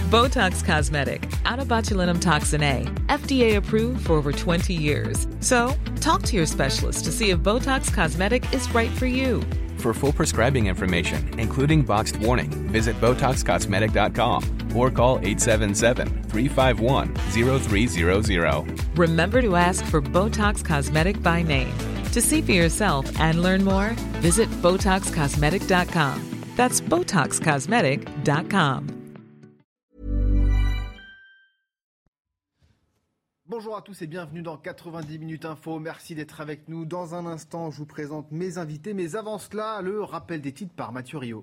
Botox Cosmetic, out of botulinum toxin A, FDA approved for over 20 years. So, talk to your specialist to see if Botox Cosmetic is right for you. For full prescribing information, including boxed warning, visit BotoxCosmetic.com or call 877-351-0300. Remember to ask for Botox Cosmetic by name. To see for yourself and learn more, visit BotoxCosmetic.com. That's BotoxCosmetic.com. Bonjour à tous et bienvenue dans 90 minutes info. Merci d'être avec nous. Dans un instant, je vous présente mes invités. Mais avant cela, le rappel des titres par Mathieu Rio.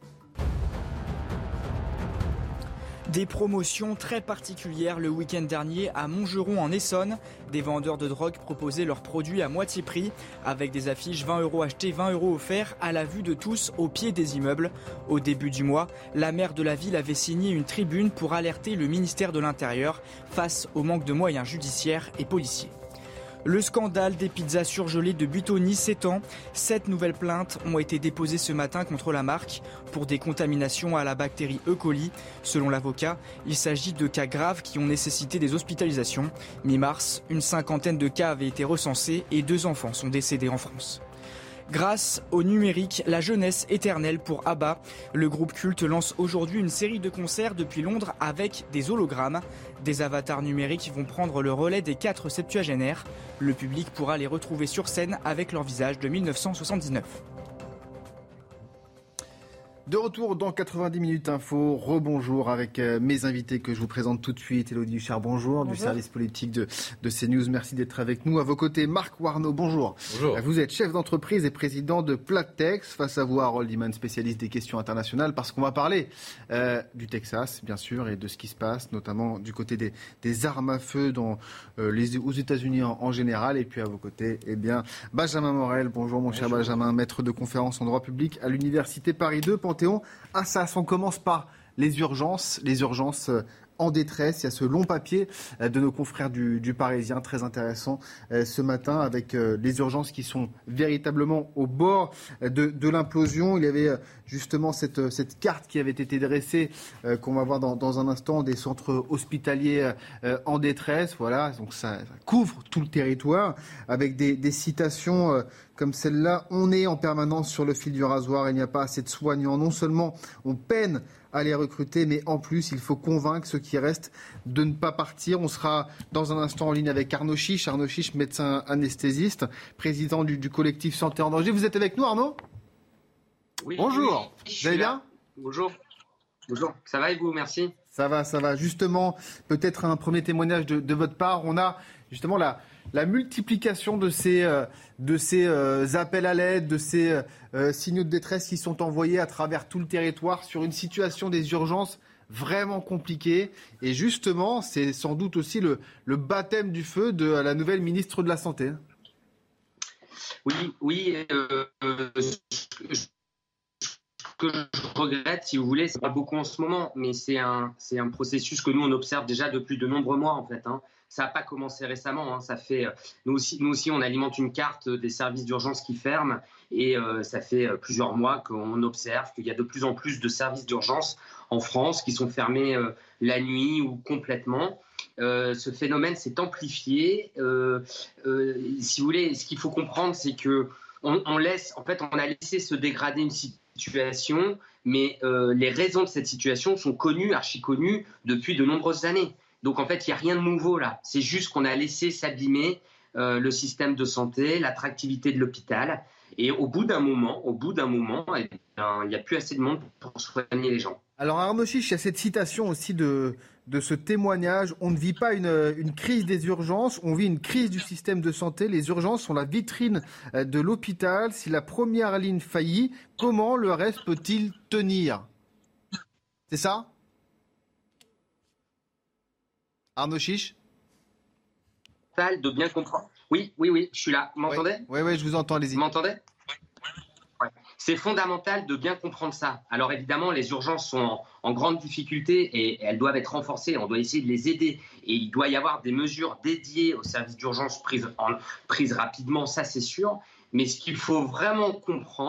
Des promotions très particulières le week-end dernier à Montgeron en Essonne. Des vendeurs de drogue proposaient leurs produits à moitié prix avec des affiches 20 € achetés, 20 € offerts à la vue de tous au pied des immeubles. Au début du mois, la maire de la ville avait signé une tribune pour alerter le ministère de l'Intérieur face au manque de moyens judiciaires et policiers. Le scandale des pizzas surgelées de Buitoni s'étend. 7 nouvelles plaintes ont été déposées ce matin contre la marque pour des contaminations à la bactérie E. coli. Selon l'avocat, il s'agit de cas graves qui ont nécessité des hospitalisations. Mi-mars, une cinquantaine de cas avaient été recensés et 2 enfants sont décédés en France. Grâce au numérique, la jeunesse éternelle pour ABBA. Le groupe culte lance aujourd'hui une série de concerts depuis Londres avec des hologrammes. Des avatars numériques vont prendre le relais des 4 septuagénaires. Le public pourra les retrouver sur scène avec leur visage de 1979. De retour dans 90 minutes info, rebonjour avec mes invités que je vous présente tout de suite. Élodie Huchard, bonjour, du service politique de CNews, merci d'être avec nous. À vos côtés, Marc Warneau, bonjour. Bonjour. Vous êtes chef d'entreprise et président de Platex. Face à vous, Harold Iman, spécialiste des questions internationales, parce qu'on va parler du Texas, bien sûr, et de ce qui se passe, notamment du côté des armes à feu aux États-Unis en général. Et puis à vos côtés, Benjamin Morel, bonjour mon cher Benjamin, maître de conférences en droit public à l'Université Paris 2, Panthéon. Assas, on commence par les urgences en détresse. Il y a ce long papier de nos confrères du Parisien, très intéressant ce matin, avec les urgences qui sont véritablement au bord de l'implosion. Il y avait justement cette carte qui avait été dressée, qu'on va voir dans un instant, des centres hospitaliers en détresse. Voilà, donc ça couvre tout le territoire, avec des citations comme celle-là. On est en permanence sur le fil du rasoir, il n'y a pas assez de soignants. Non seulement on peine à les recruter, mais en plus, il faut convaincre ceux qui restent de ne pas partir. On sera dans un instant en ligne avec Arnaud Chiche. Arnaud Chiche, médecin anesthésiste, président du collectif Santé en danger. Vous êtes avec nous, Arnaud ? Oui. Bonjour. Oui, vous allez bien ? Bonjour. Ça va et vous ? Merci. Ça va. Justement, peut-être un premier témoignage de votre part. On a justement la multiplication de ces appels à l'aide, de ces signaux de détresse qui sont envoyés à travers tout le territoire sur une situation des urgences vraiment compliquée. Et justement, c'est sans doute aussi le baptême du feu de la nouvelle ministre de la Santé. Oui. Ce que je regrette, si vous voulez, c'est pas beaucoup en ce moment, mais c'est un processus que nous, on observe déjà depuis de nombreux mois, en fait. Ça n'a pas commencé récemment. Ça fait, nous aussi, on alimente une carte des services d'urgence qui ferment. Et ça fait plusieurs mois qu'on observe qu'il y a de plus en plus de services d'urgence en France qui sont fermés la nuit ou complètement. Ce phénomène s'est amplifié. Si vous voulez, ce qu'il faut comprendre, c'est que on a laissé se dégrader une situation, mais les raisons de cette situation sont connues, archi connues, depuis de nombreuses années. Donc en fait, il n'y a rien de nouveau là. C'est juste qu'on a laissé s'abîmer le système de santé, l'attractivité de l'hôpital. Et au bout d'un moment, il n'y a plus assez de monde pour soigner les gens. Alors Arnaud Chiche, il y a cette citation aussi de ce témoignage. On ne vit pas une crise des urgences, on vit une crise du système de santé. Les urgences sont la vitrine de l'hôpital. Si la première ligne faillit, comment le reste peut-il tenir ? C'est ça ? Arnaud Chiche ? De bien comprendre. Oui, je suis là. Vous m'entendez ? Oui, je vous entends, allez-y. Vous m'entendez ? Ouais. C'est fondamental de bien comprendre ça. Alors évidemment, les urgences sont en grande difficulté et elles doivent être renforcées. On doit essayer de les aider. Et il doit y avoir des mesures dédiées aux services d'urgence prises rapidement, ça c'est sûr. Mais ce qu'il faut vraiment comprendre,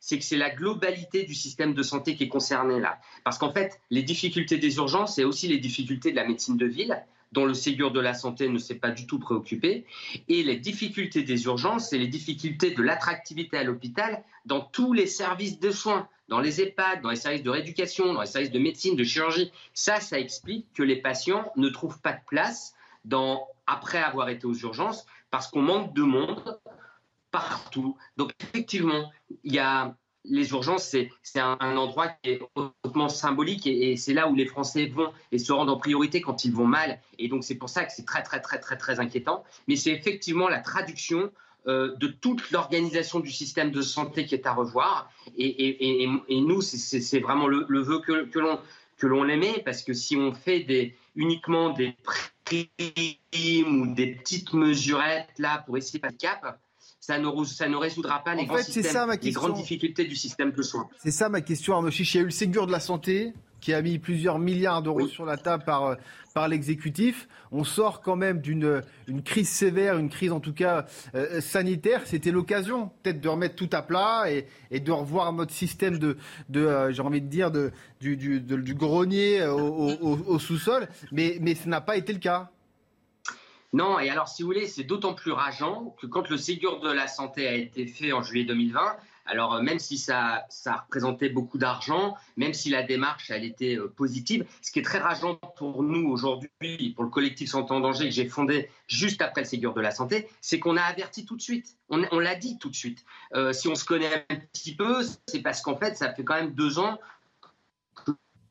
c'est que c'est la globalité du système de santé qui est concernée là. Parce qu'en fait, les difficultés des urgences, c'est aussi les difficultés de la médecine de ville, dont le Ségur de la santé ne s'est pas du tout préoccupé. Et les difficultés des urgences, c'est les difficultés de l'attractivité à l'hôpital dans tous les services de soins, dans les EHPAD, dans les services de rééducation, dans les services de médecine, de chirurgie. Ça explique que les patients ne trouvent pas de place après avoir été aux urgences parce qu'on manque de monde partout. Donc effectivement, les urgences, c'est un endroit qui est hautement symbolique et c'est là où les Français vont et se rendent en priorité quand ils vont mal. Et donc c'est pour ça que c'est très, très, très, très, très inquiétant. Mais c'est effectivement la traduction de toute l'organisation du système de santé qui est à revoir. Et nous, c'est vraiment le vœu que l'on émet, parce que si on fait uniquement des primes ou des petites mesurettes là pour essayer de passer le cap, ça ne résoudra pas les grandes difficultés du système de soins. C'est ça ma question, Arnaud Chiche. Il y a eu le Ségur de la santé qui a mis plusieurs milliards d'euros sur la table par l'exécutif. On sort quand même d'une crise sévère, une crise en tout cas sanitaire. C'était l'occasion peut-être de remettre tout à plat et de revoir notre système j'ai envie de dire, du grenier au sous-sol. Mais ça n'a pas été le cas. Non, et alors si vous voulez, c'est d'autant plus rageant que quand le Ségur de la santé a été fait en juillet 2020, alors même si ça représentait beaucoup d'argent, même si la démarche elle était positive, ce qui est très rageant pour nous aujourd'hui, pour le collectif Santé en danger que j'ai fondé juste après le Ségur de la santé, c'est qu'on a averti tout de suite, on l'a dit tout de suite. Si on se connaît un petit peu, c'est parce qu'en fait ça fait quand même 2 ans que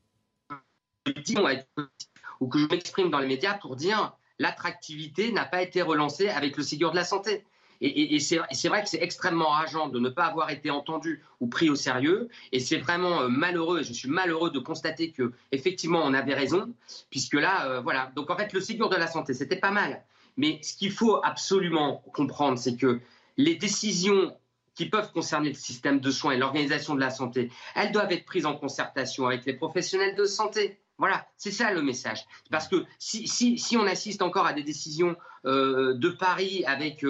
je m'exprime dans les médias pour dire l'attractivité n'a pas été relancée avec le Ségur de la santé. Et c'est vrai que c'est extrêmement rageant de ne pas avoir été entendu ou pris au sérieux. Et c'est vraiment malheureux, et je suis malheureux de constater qu'effectivement on avait raison, puisque là, voilà. Donc en fait, le Ségur de la santé, c'était pas mal. Mais ce qu'il faut absolument comprendre, c'est que les décisions qui peuvent concerner le système de soins et l'organisation de la santé, elles doivent être prises en concertation avec les professionnels de santé. Voilà, c'est ça le message. Parce que si on assiste encore à des décisions de Paris avec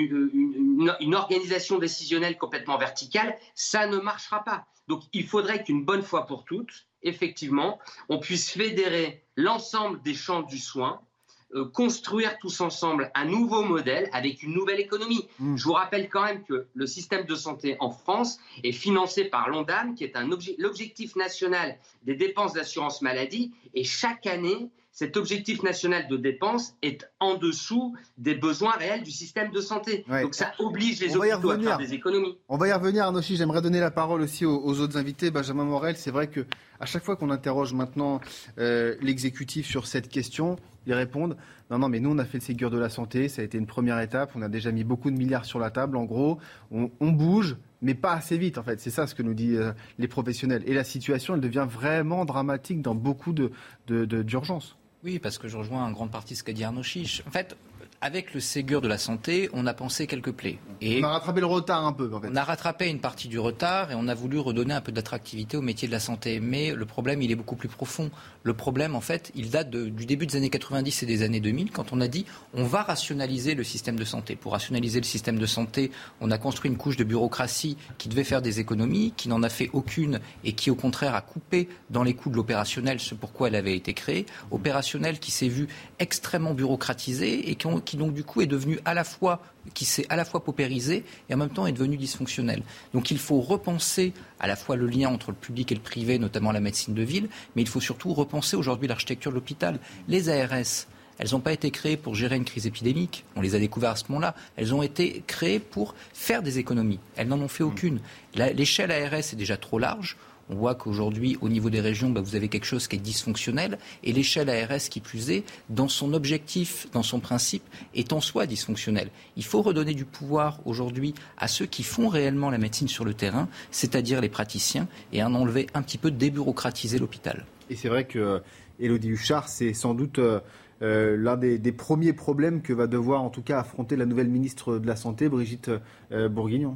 une organisation décisionnelle complètement verticale, ça ne marchera pas. Donc il faudrait qu'une bonne fois pour toutes, effectivement, on puisse fédérer l'ensemble des champs du soin, construire tous ensemble un nouveau modèle avec une nouvelle économie. Je vous rappelle quand même que le système de santé en France est financé par l'ONDAM, qui est l'objectif national des dépenses d'assurance maladie, et chaque année, cet objectif national de dépenses est en dessous des besoins réels du système de santé. Ouais. Donc ça oblige les hôpitaux à faire des économies. On va y revenir, Arnaud Chiche. J'aimerais donner la parole aussi aux autres invités. Benjamin Morel, c'est vrai que à chaque fois qu'on interroge maintenant l'exécutif sur cette question, ils répondent « Non, mais nous, on a fait le Ségur de la santé, ça a été une première étape, on a déjà mis beaucoup de milliards sur la table. En gros, on bouge, mais pas assez vite, en fait. » C'est ça ce que nous disent les professionnels. Et la situation, elle devient vraiment dramatique dans beaucoup d'urgences. Oui, parce que je rejoins en grande partie ce qu'a dit Arnaud Chiche. En fait, avec le Ségur de la santé, on a pensé quelques plaies. Et on a rattrapé le retard un peu, en fait. On a rattrapé une partie du retard et on a voulu redonner un peu d'attractivité au métier de la santé. Mais le problème, il est beaucoup plus profond. Le problème, en fait, il date du début des années 90 et des années 2000, quand on a dit on va rationaliser le système de santé. Pour rationaliser le système de santé, on a construit une couche de bureaucratie qui devait faire des économies, qui n'en a fait aucune et qui, au contraire, a coupé dans les coûts de l'opérationnel ce pourquoi elle avait été créée. Opérationnel qui s'est vu extrêmement bureaucratisé et qui donc du coup est devenu qui s'est à la fois paupérisé et en même temps est devenu dysfonctionnel. Donc il faut repenser à la fois le lien entre le public et le privé, notamment la médecine de ville, mais il faut surtout repenser aujourd'hui l'architecture de l'hôpital. Les ARS, elles n'ont pas été créées pour gérer une crise épidémique, on les a découvertes à ce moment-là, elles ont été créées pour faire des économies. Elles n'en ont fait aucune. L'échelle ARS est déjà trop large. On voit qu'aujourd'hui, au niveau des régions, vous avez quelque chose qui est dysfonctionnel. Et l'échelle ARS, qui plus est, dans son objectif, dans son principe, est en soi dysfonctionnelle. Il faut redonner du pouvoir aujourd'hui à ceux qui font réellement la médecine sur le terrain, c'est-à-dire les praticiens, et en enlever un petit peu, débureaucratiser l'hôpital. Et c'est vrai que Élodie Huchard, c'est sans doute l'un des premiers problèmes que va devoir en tout cas affronter la nouvelle ministre de la Santé, Brigitte Bourguignon.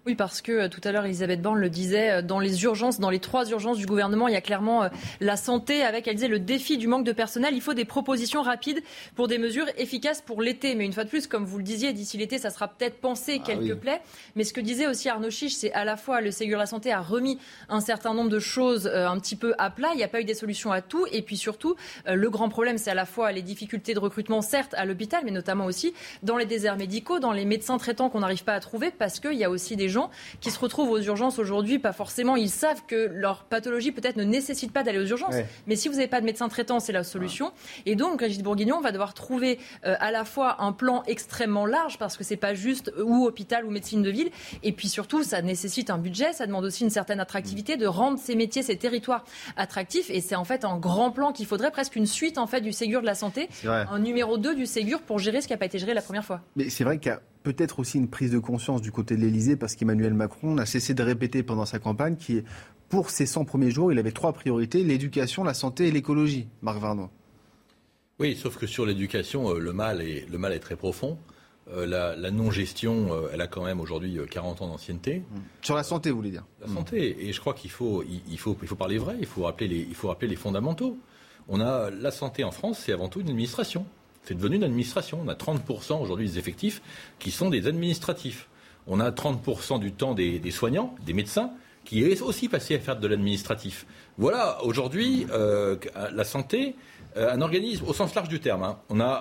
Oui, parce que tout à l'heure, Elisabeth Borne le disait, dans les urgences, dans les 3 urgences du gouvernement, il y a clairement la santé avec, elle disait, le défi du manque de personnel. Il faut des propositions rapides pour des mesures efficaces pour l'été. Mais une fois de plus, comme vous le disiez, d'ici l'été, ça sera peut-être pensé quelques plaies. Mais ce que disait aussi Arnaud Chiche, c'est à la fois le Ségur de la Santé a remis un certain nombre de choses un petit peu à plat. Il n'y a pas eu des solutions à tout. Et puis surtout, le grand problème, c'est à la fois les difficultés de recrutement, certes, à l'hôpital, mais notamment aussi dans les déserts médicaux, dans les médecins traitants qu'on n'arrive pas à trouver, parce qu'il y a aussi des gens qui se retrouvent aux urgences aujourd'hui, pas forcément, ils savent que leur pathologie peut-être ne nécessite pas d'aller aux urgences, mais si vous n'avez pas de médecin traitant, c'est la solution. Et donc, Brigitte Bourguignon va devoir trouver à la fois un plan extrêmement large, parce que c'est pas juste ou hôpital ou médecine de ville, et puis surtout, ça nécessite un budget, ça demande aussi une certaine attractivité, de rendre ces métiers, ces territoires attractifs, et c'est en fait un grand plan qu'il faudrait, presque une suite en fait du Ségur de la Santé, un numéro 2 du Ségur pour gérer ce qui n'a pas été géré la première fois. Mais c'est vrai qu'il y a peut-être aussi une prise de conscience du côté de l'Élysée, parce qu'Emmanuel Macron n'a cessé de répéter pendant sa campagne qu'il, pour ses 100 premiers jours, il avait 3 priorités, l'éducation, la santé et l'écologie. Marc Varnois. Oui, sauf que sur l'éducation, le mal est très profond. La non-gestion, elle a quand même aujourd'hui 40 ans d'ancienneté. Sur la santé, vous voulez dire? La santé, et je crois qu'il faut parler vrai, il faut rappeler les fondamentaux. On a la santé en France, c'est avant tout une administration. C'est devenu une administration. On a 30% aujourd'hui des effectifs qui sont des administratifs. On a 30% du temps des soignants, des médecins, qui est aussi passé à faire de l'administratif. Voilà, aujourd'hui, la santé, un organisme au sens large du terme,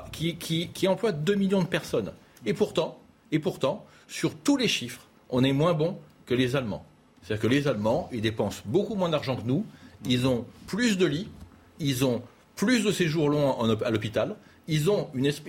qui emploie 2 millions de personnes. Et pourtant, sur tous les chiffres, on est moins bon que les Allemands. C'est-à-dire que les Allemands, ils dépensent beaucoup moins d'argent que nous, ils ont plus de lits, ils ont plus de séjours longs à l'hôpital, ils ont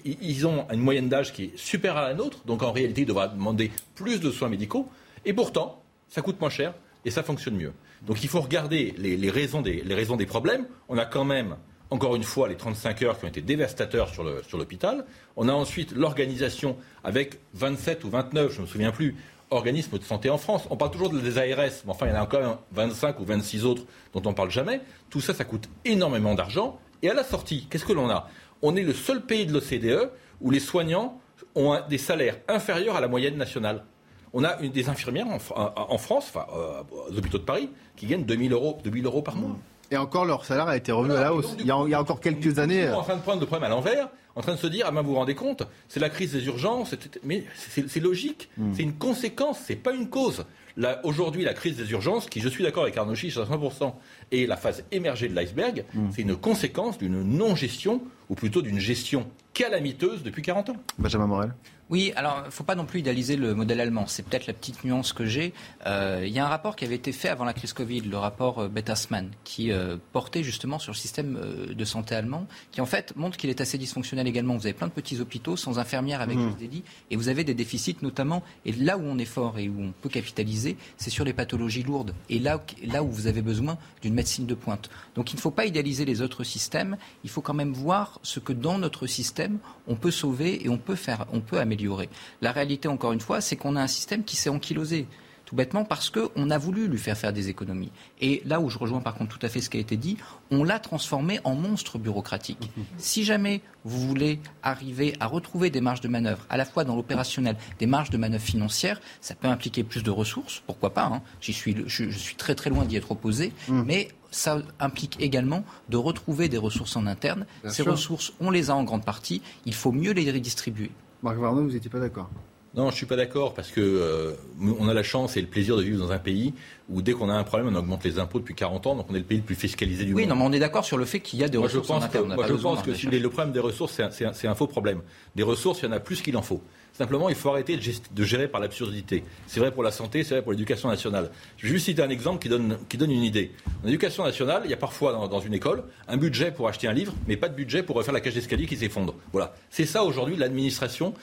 une moyenne d'âge qui est supérieure à la nôtre, donc en réalité, ils devraient demander plus de soins médicaux, et pourtant, ça coûte moins cher et ça fonctionne mieux. Donc il faut regarder les raisons des problèmes. On a quand même, encore une fois, les 35 heures qui ont été dévastateurs sur l'hôpital. On a ensuite l'organisation avec 27 ou 29, je ne me souviens plus, organismes de santé en France. On parle toujours des ARS, mais enfin, il y en a encore 25 ou 26 autres dont on ne parle jamais. Tout ça, ça coûte énormément d'argent. Et à la sortie, qu'est-ce que l'on a ? On est le seul pays de l'OCDE où les soignants ont des salaires inférieurs à la moyenne nationale. On a des infirmières en France, aux hôpitaux de Paris, qui gagnent 2 000 euros par mois. Et encore, leur salaire a été revenu à la hausse. Il y a encore quelques années. Ils sont en train de prendre le problème à l'envers, en train de se dire, vous vous rendez compte, c'est la crise des urgences, mais c'est logique, c'est une conséquence, c'est pas une cause. Aujourd'hui, la crise des urgences, qui, je suis d'accord avec Arnaud Chiche à 100%, est la phase émergée de l'iceberg, c'est une conséquence d'une non-gestion, ou plutôt d'une gestion calamiteuse depuis 40 ans. Benjamin Morel. Oui, alors il ne faut pas non plus idéaliser le modèle allemand. C'est peut-être la petite nuance que j'ai. Il y a un rapport qui avait été fait avant la crise Covid, le rapport Bettersmann, qui portait justement sur le système de santé allemand, qui en fait montre qu'il est assez dysfonctionnel également. Vous avez plein de petits hôpitaux sans infirmières avec juste des lits, et vous avez des déficits notamment. Et là où on est fort et où on peut capitaliser, c'est sur les pathologies lourdes. Et là où vous avez besoin d'une médecine de pointe. Donc il ne faut pas idéaliser les autres systèmes. Il faut quand même voir ce que dans notre système on peut sauver et on peut améliorer. La réalité, encore une fois, c'est qu'on a un système qui s'est ankylosé. Tout bêtement parce qu'on a voulu lui faire des économies. Et là où je rejoins par contre tout à fait ce qui a été dit, on l'a transformé en monstre bureaucratique. Si jamais vous voulez arriver à retrouver des marges de manœuvre, à la fois dans l'opérationnel, des marges de manœuvre financières, ça peut impliquer plus de ressources, pourquoi pas, je suis très très loin d'y être opposé, mais ça implique également de retrouver des ressources en interne. Ces ressources, on les a en grande partie, il faut mieux les redistribuer. Marc Varnois, vous n'étiez pas d'accord ? Non, je ne suis pas d'accord parce que on a la chance et le plaisir de vivre dans un pays où dès qu'on a un problème, on augmente les impôts depuis 40 ans, donc on est le pays le plus fiscalisé du monde. Oui, non, mais on est d'accord sur le fait qu'il y a des ressources en interne. Je pense que le problème des ressources, c'est un faux problème. Des ressources, il y en a plus qu'il en faut. Simplement, il faut arrêter de gérer par l'absurdité. C'est vrai pour la santé, c'est vrai pour l'éducation nationale. Je vais juste citer un exemple qui donne une idée. En éducation nationale, il y a parfois dans une école un budget pour acheter un livre, mais pas de budget pour refaire la cage d'escalier qui s'effondre. Voilà. C'est ça aujourd'hui l'administration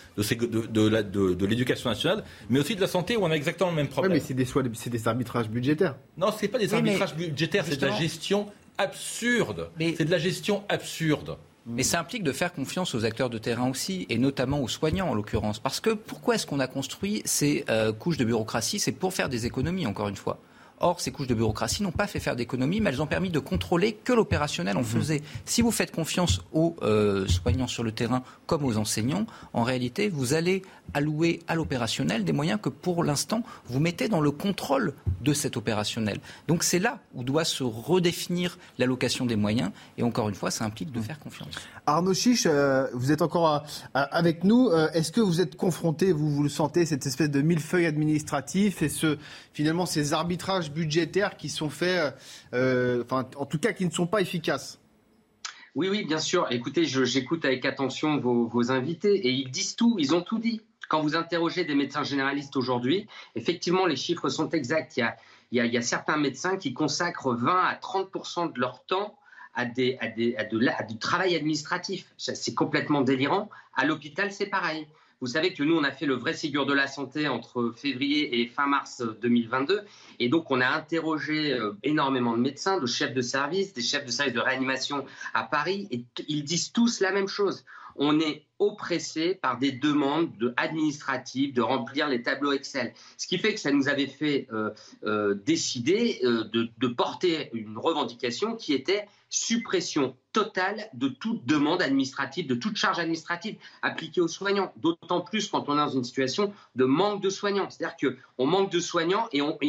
de l'éducation nationale, mais aussi de la santé où on a exactement le même problème. Oui, mais c'est des arbitrages budgétaires. Non, c'est pas des arbitrages budgétaires, c'est de la gestion absurde. C'est de la gestion absurde. Mais ça implique de faire confiance aux acteurs de terrain aussi, et notamment aux soignants en l'occurrence. Parce que pourquoi est-ce qu'on a construit ces couches de bureaucratie ? C'est pour faire des économies, encore une fois. Or, ces couches de bureaucratie n'ont pas fait faire d'économies, mais elles ont permis de contrôler que l'opérationnel en faisait. Si vous faites confiance aux soignants sur le terrain comme aux enseignants, en réalité, vous allez allouer à l'opérationnel des moyens que, pour l'instant, vous mettez dans le contrôle de cet opérationnel. Donc c'est là où doit se redéfinir l'allocation des moyens. Et encore une fois, ça implique de faire confiance. Arnaud Chiche, vous êtes encore avec nous. Est-ce que vous êtes confronté, vous le sentez, cette espèce de millefeuille administratif et finalement ces arbitrages budgétaires qui sont faits, en tout cas qui ne sont pas efficaces? Oui, bien sûr. Écoutez, j'écoute avec attention vos invités et ils disent tout, ils ont tout dit. Quand vous interrogez des médecins généralistes aujourd'hui, effectivement, les chiffres sont exacts. Il y a certains médecins qui consacrent 20 à 30% de leur temps à du travail administratif. C'est complètement délirant. À l'hôpital, c'est pareil. Vous savez que nous, on a fait le vrai Ségur de la santé entre février et fin mars 2022. Et donc, on a interrogé énormément de médecins, de chefs de service, des chefs de service de réanimation à Paris. Et ils disent tous la même chose. On est oppressé par des demandes administratives, de remplir les tableaux Excel. Ce qui fait que ça nous avait fait décider de porter une revendication qui était suppression totale de toute demande administrative, de toute charge administrative appliquée aux soignants. D'autant plus quand on est dans une situation de manque de soignants. C'est-à-dire qu'on manque de soignants et on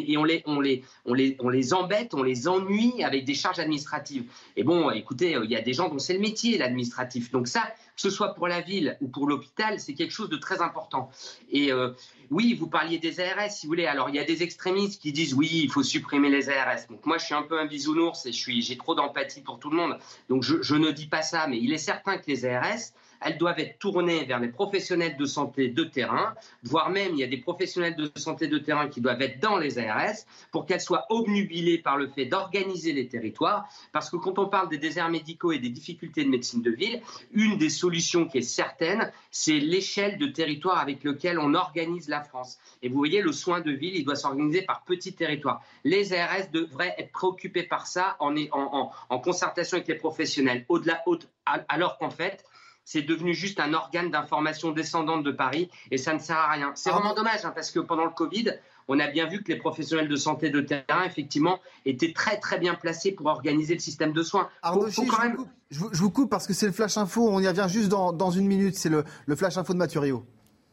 les embête, on les ennuie avec des charges administratives. Et bon, écoutez, il y a des gens dont c'est le métier, l'administratif. Donc ça, que ce soit pour la ville ou pour l'hôpital, c'est quelque chose de très important. Et oui, vous parliez des ARS, si vous voulez. Alors, il y a des extrémistes qui disent oui, il faut supprimer les ARS. Donc moi, je suis un peu un bisounours et j'ai trop d'empathie pour tout le monde. Donc je ne dis pas ça, mais il est certain que les ARS, elles doivent être tournées vers les professionnels de santé de terrain, voire même il y a des professionnels de santé de terrain qui doivent être dans les ARS pour qu'elles soient obnubilées par le fait d'organiser les territoires. Parce que quand on parle des déserts médicaux et des difficultés de médecine de ville, une des solutions qui est certaine, c'est l'échelle de territoire avec lequel on organise la France. Et vous voyez, le soin de ville, il doit s'organiser par petits territoires. Les ARS devraient être préoccupés par ça en concertation avec les professionnels. Alors qu'en fait, c'est devenu juste un organe d'information descendante de Paris et ça ne sert à rien. C'est vraiment dommage parce que pendant le Covid, on a bien vu que les professionnels de santé de terrain, effectivement, étaient très très bien placés pour organiser le système de soins. Arnaud, je vous coupe parce que c'est le Flash Info, on y revient juste dans une minute, c'est le Flash Info de Mathieu Rio.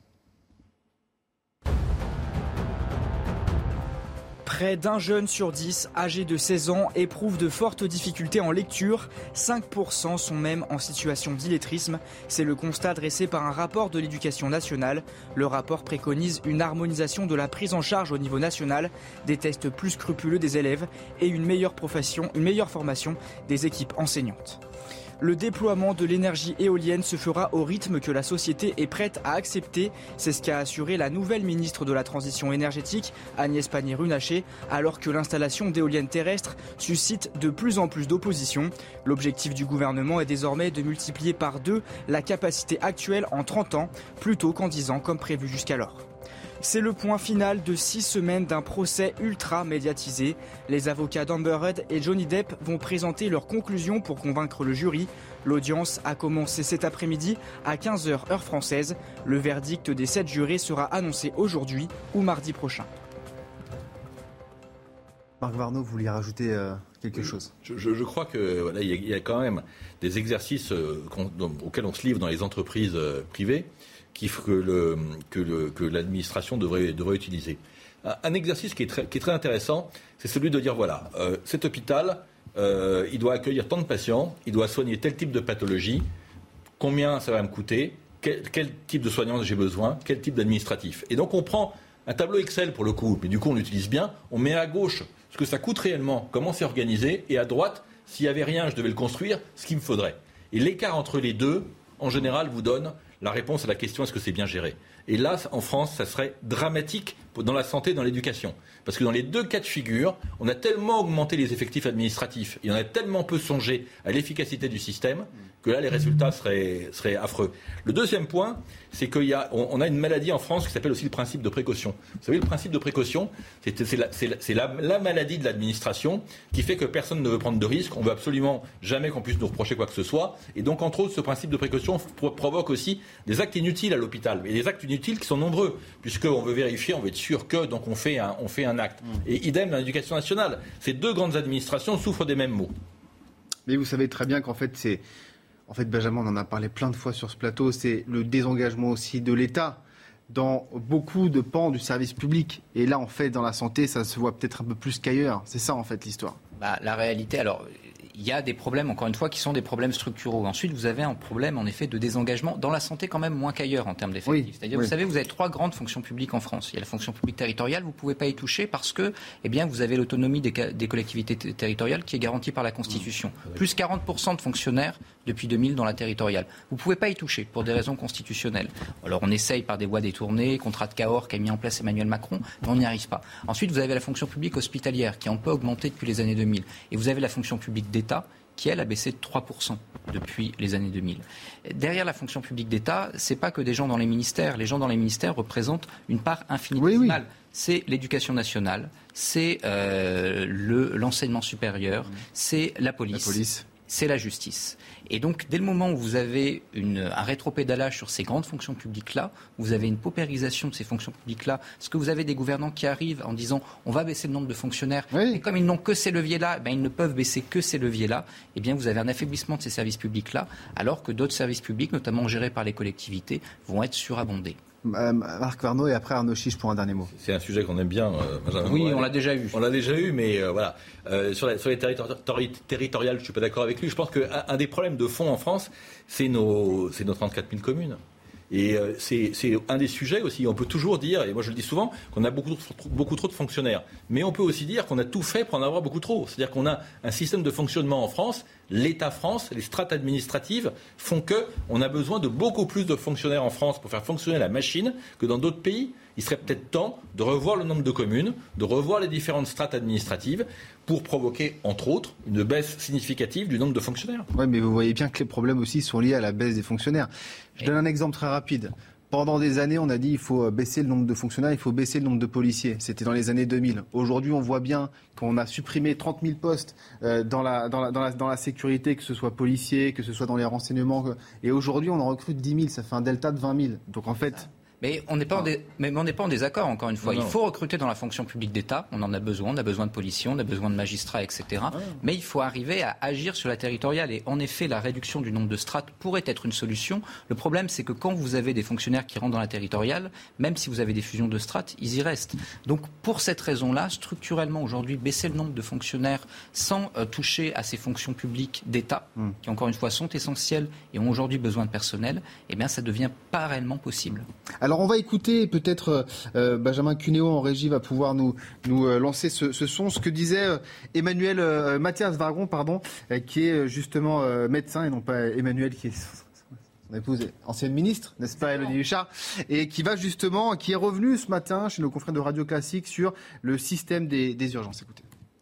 Près d'un jeune sur 10 âgé de 16 ans éprouve de fortes difficultés en lecture. 5% sont même en situation d'illettrisme. C'est le constat dressé par un rapport de l'Éducation nationale. Le rapport préconise une harmonisation de la prise en charge au niveau national, des tests plus scrupuleux des élèves et une meilleure formation des équipes enseignantes. Le déploiement de l'énergie éolienne se fera au rythme que la société est prête à accepter. C'est ce qu'a assuré la nouvelle ministre de la Transition énergétique, Agnès Pannier-Runacher, alors que l'installation d'éoliennes terrestres suscite de plus en plus d'opposition. L'objectif du gouvernement est désormais de multiplier par 2 la capacité actuelle en 30 ans, plutôt qu'en 10 ans comme prévu jusqu'alors. C'est le point final de 6 semaines d'un procès ultra médiatisé. Les avocats d'Amber Heard et Johnny Depp vont présenter leurs conclusions pour convaincre le jury. L'audience a commencé cet après-midi à 15h heure française. Le verdict des 7 jurés sera annoncé aujourd'hui ou mardi prochain. Marc Varnaud, vous vouliez rajouter quelque chose? Je crois que là, il y a quand même des exercices auxquels on se livre dans les entreprises privées que l'administration devrait utiliser. Un exercice qui est très intéressant, c'est celui de dire voilà, cet hôpital, il doit accueillir tant de patients, il doit soigner tel type de pathologie, combien ça va me coûter, quel type de soignants j'ai besoin, quel type d'administratif. Et donc on prend un tableau Excel pour le coup, mais du coup on l'utilise bien, on met à gauche ce que ça coûte réellement, comment c'est organisé, et à droite, s'il n'y avait rien, je devais le construire, ce qu'il me faudrait. Et l'écart entre les deux, en général, vous donne la réponse à la question est-ce que c'est bien géré. Et là, en France, ça serait dramatique dans la santé et dans l'éducation. Parce que dans les deux cas de figure, on a tellement augmenté les effectifs administratifs et on a tellement peu songé à l'efficacité du système que là, les résultats seraient affreux. Le deuxième point, c'est qu'on a une maladie en France qui s'appelle aussi le principe de précaution. Vous savez, le principe de précaution, c'est la maladie de l'administration qui fait que personne ne veut prendre de risques. On ne veut absolument jamais qu'on puisse nous reprocher quoi que ce soit. Et donc, entre autres, ce principe de précaution provoque aussi des actes inutiles à l'hôpital. Et des actes inutiles qui sont nombreux, puisqu'on veut vérifier, on veut être sûr sûr que, donc on fait un acte. Et idem dans l'éducation nationale. Ces deux grandes administrations souffrent des mêmes maux. Mais vous savez très bien qu'en fait, Benjamin, on en a parlé plein de fois sur ce plateau, c'est le désengagement aussi de l'État dans beaucoup de pans du service public. Et là, en fait, dans la santé, ça se voit peut-être un peu plus qu'ailleurs. C'est ça, en fait, l'histoire. La réalité, alors, il y a des problèmes, encore une fois, qui sont des problèmes structuraux. Ensuite, vous avez un problème, en effet, de désengagement. Dans la santé, quand même, moins qu'ailleurs en termes d'effectifs. C'est-à-dire, vous savez, vous avez 3 grandes fonctions publiques en France. Il y a la fonction publique territoriale, vous ne pouvez pas y toucher parce que, vous avez l'autonomie des collectivités territoriales qui est garantie par la Constitution. Plus 40% de fonctionnaires depuis 2000 dans la territoriale. Vous ne pouvez pas y toucher pour des raisons constitutionnelles. Alors, on essaye par des voies détournées, contrat de Cahors qu'a mis en place Emmanuel Macron, mais on n'y arrive pas. Ensuite, vous avez la fonction publique hospitalière qui a un peu augmenté depuis les années 2000. Et vous avez la fonction publique d'État qui, elle, a baissé de 3% depuis les années 2000. Derrière la fonction publique d'État, ce n'est pas que des gens dans les ministères. Les gens dans les ministères représentent une part infinitésimale. Oui. C'est l'éducation nationale, c'est l'enseignement supérieur, c'est la police. C'est la justice. Et donc, dès le moment où vous avez un rétropédalage sur ces grandes fonctions publiques-là, vous avez une paupérisation de ces fonctions publiques-là, parce que vous avez des gouvernants qui arrivent en disant on va baisser le nombre de fonctionnaires, et comme ils n'ont que ces leviers-là, ils ne peuvent baisser que ces leviers-là, vous avez un affaiblissement de ces services publics-là, alors que d'autres services publics, notamment gérés par les collectivités, vont être surabondés. Marc Varno et après Arnaud Chiche pour un dernier mot. C'est un sujet qu'on aime bien, Benjamin. Oui, on l'a déjà eu. On l'a déjà eu, mais voilà. Sur les territoriales, je ne suis pas d'accord avec lui. Je pense qu'un des problèmes de fond en France, c'est nos 34 000 communes. Et c'est un des sujets aussi. On peut toujours dire, et moi je le dis souvent, qu'on a beaucoup trop de fonctionnaires. Mais on peut aussi dire qu'on a tout fait pour en avoir beaucoup trop. C'est-à-dire qu'on a un système de fonctionnement en France. L'État France, les strates administratives font qu'on a besoin de beaucoup plus de fonctionnaires en France pour faire fonctionner la machine que dans d'autres pays. Il serait peut-être temps de revoir le nombre de communes, de revoir les différentes strates administratives pour provoquer, entre autres, une baisse significative du nombre de fonctionnaires. Oui, mais vous voyez bien que les problèmes aussi sont liés à la baisse des fonctionnaires. Je donne un exemple très rapide. Pendant des années, on a dit qu'il faut baisser le nombre de fonctionnaires, il faut baisser le nombre de policiers. C'était dans les années 2000. Aujourd'hui, on voit bien qu'on a supprimé 30 000 postes dans la sécurité, que ce soit policiers, que ce soit dans les renseignements. Et aujourd'hui, on en recrute 10 000. Ça fait un delta de 20 000. Donc en fait... Mais on n'est pas en désaccord, encore une fois. Il faut recruter dans la fonction publique d'État. On en a besoin. On a besoin de policiers, on a besoin de magistrats, etc. Mais il faut arriver à agir sur la territoriale. Et en effet, la réduction du nombre de strates pourrait être une solution. Le problème, c'est que quand vous avez des fonctionnaires qui rentrent dans la territoriale, même si vous avez des fusions de strates, ils y restent. Donc, pour cette raison-là, structurellement, aujourd'hui, baisser le nombre de fonctionnaires sans toucher à ces fonctions publiques d'État, qui, encore une fois, sont essentielles et ont aujourd'hui besoin de personnel, ça ne devient pas réellement possible. Alors on va écouter, peut-être Benjamin Cuneo en régie va pouvoir nous lancer ce son, ce que disait Mathias Vargon, qui est justement médecin et non pas Emmanuel qui est son épouse, ancienne ministre, n'est-ce pas, Élodie Huchard, et qui est revenu ce matin chez nos confrères de Radio Classique sur le système des urgences. Écoutez.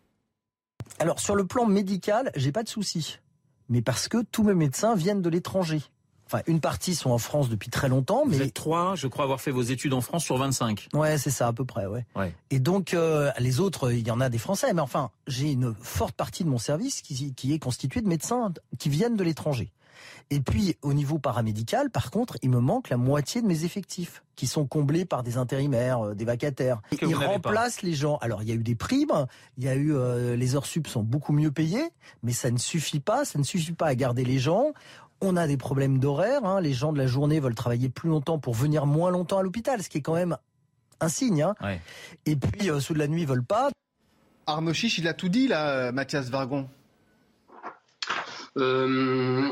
Alors sur le plan médical, j'ai pas de souci, mais parce que tous mes médecins viennent de l'étranger. Enfin, une partie sont en France depuis très longtemps. Vous êtes 3, je crois avoir fait vos études en France sur 25. Ouais, c'est ça, à peu près, ouais. Et donc, les autres, il y en a des Français. Mais enfin, j'ai une forte partie de mon service qui est constituée de médecins qui viennent de l'étranger. Et puis, au niveau paramédical, par contre, il me manque la moitié de mes effectifs, qui sont comblés par des intérimaires, des vacataires. Ils remplacent les gens. Alors, il y a eu des primes, il y a eu les heures sup sont beaucoup mieux payées, mais ça ne suffit pas à garder les gens. On a des problèmes d'horaire, les gens de la journée veulent travailler plus longtemps pour venir moins longtemps à l'hôpital, ce qui est quand même un signe. Et puis ceux de la nuit veulent pas. Arnaud Chiche, il a tout dit là, Mathias Vargon. On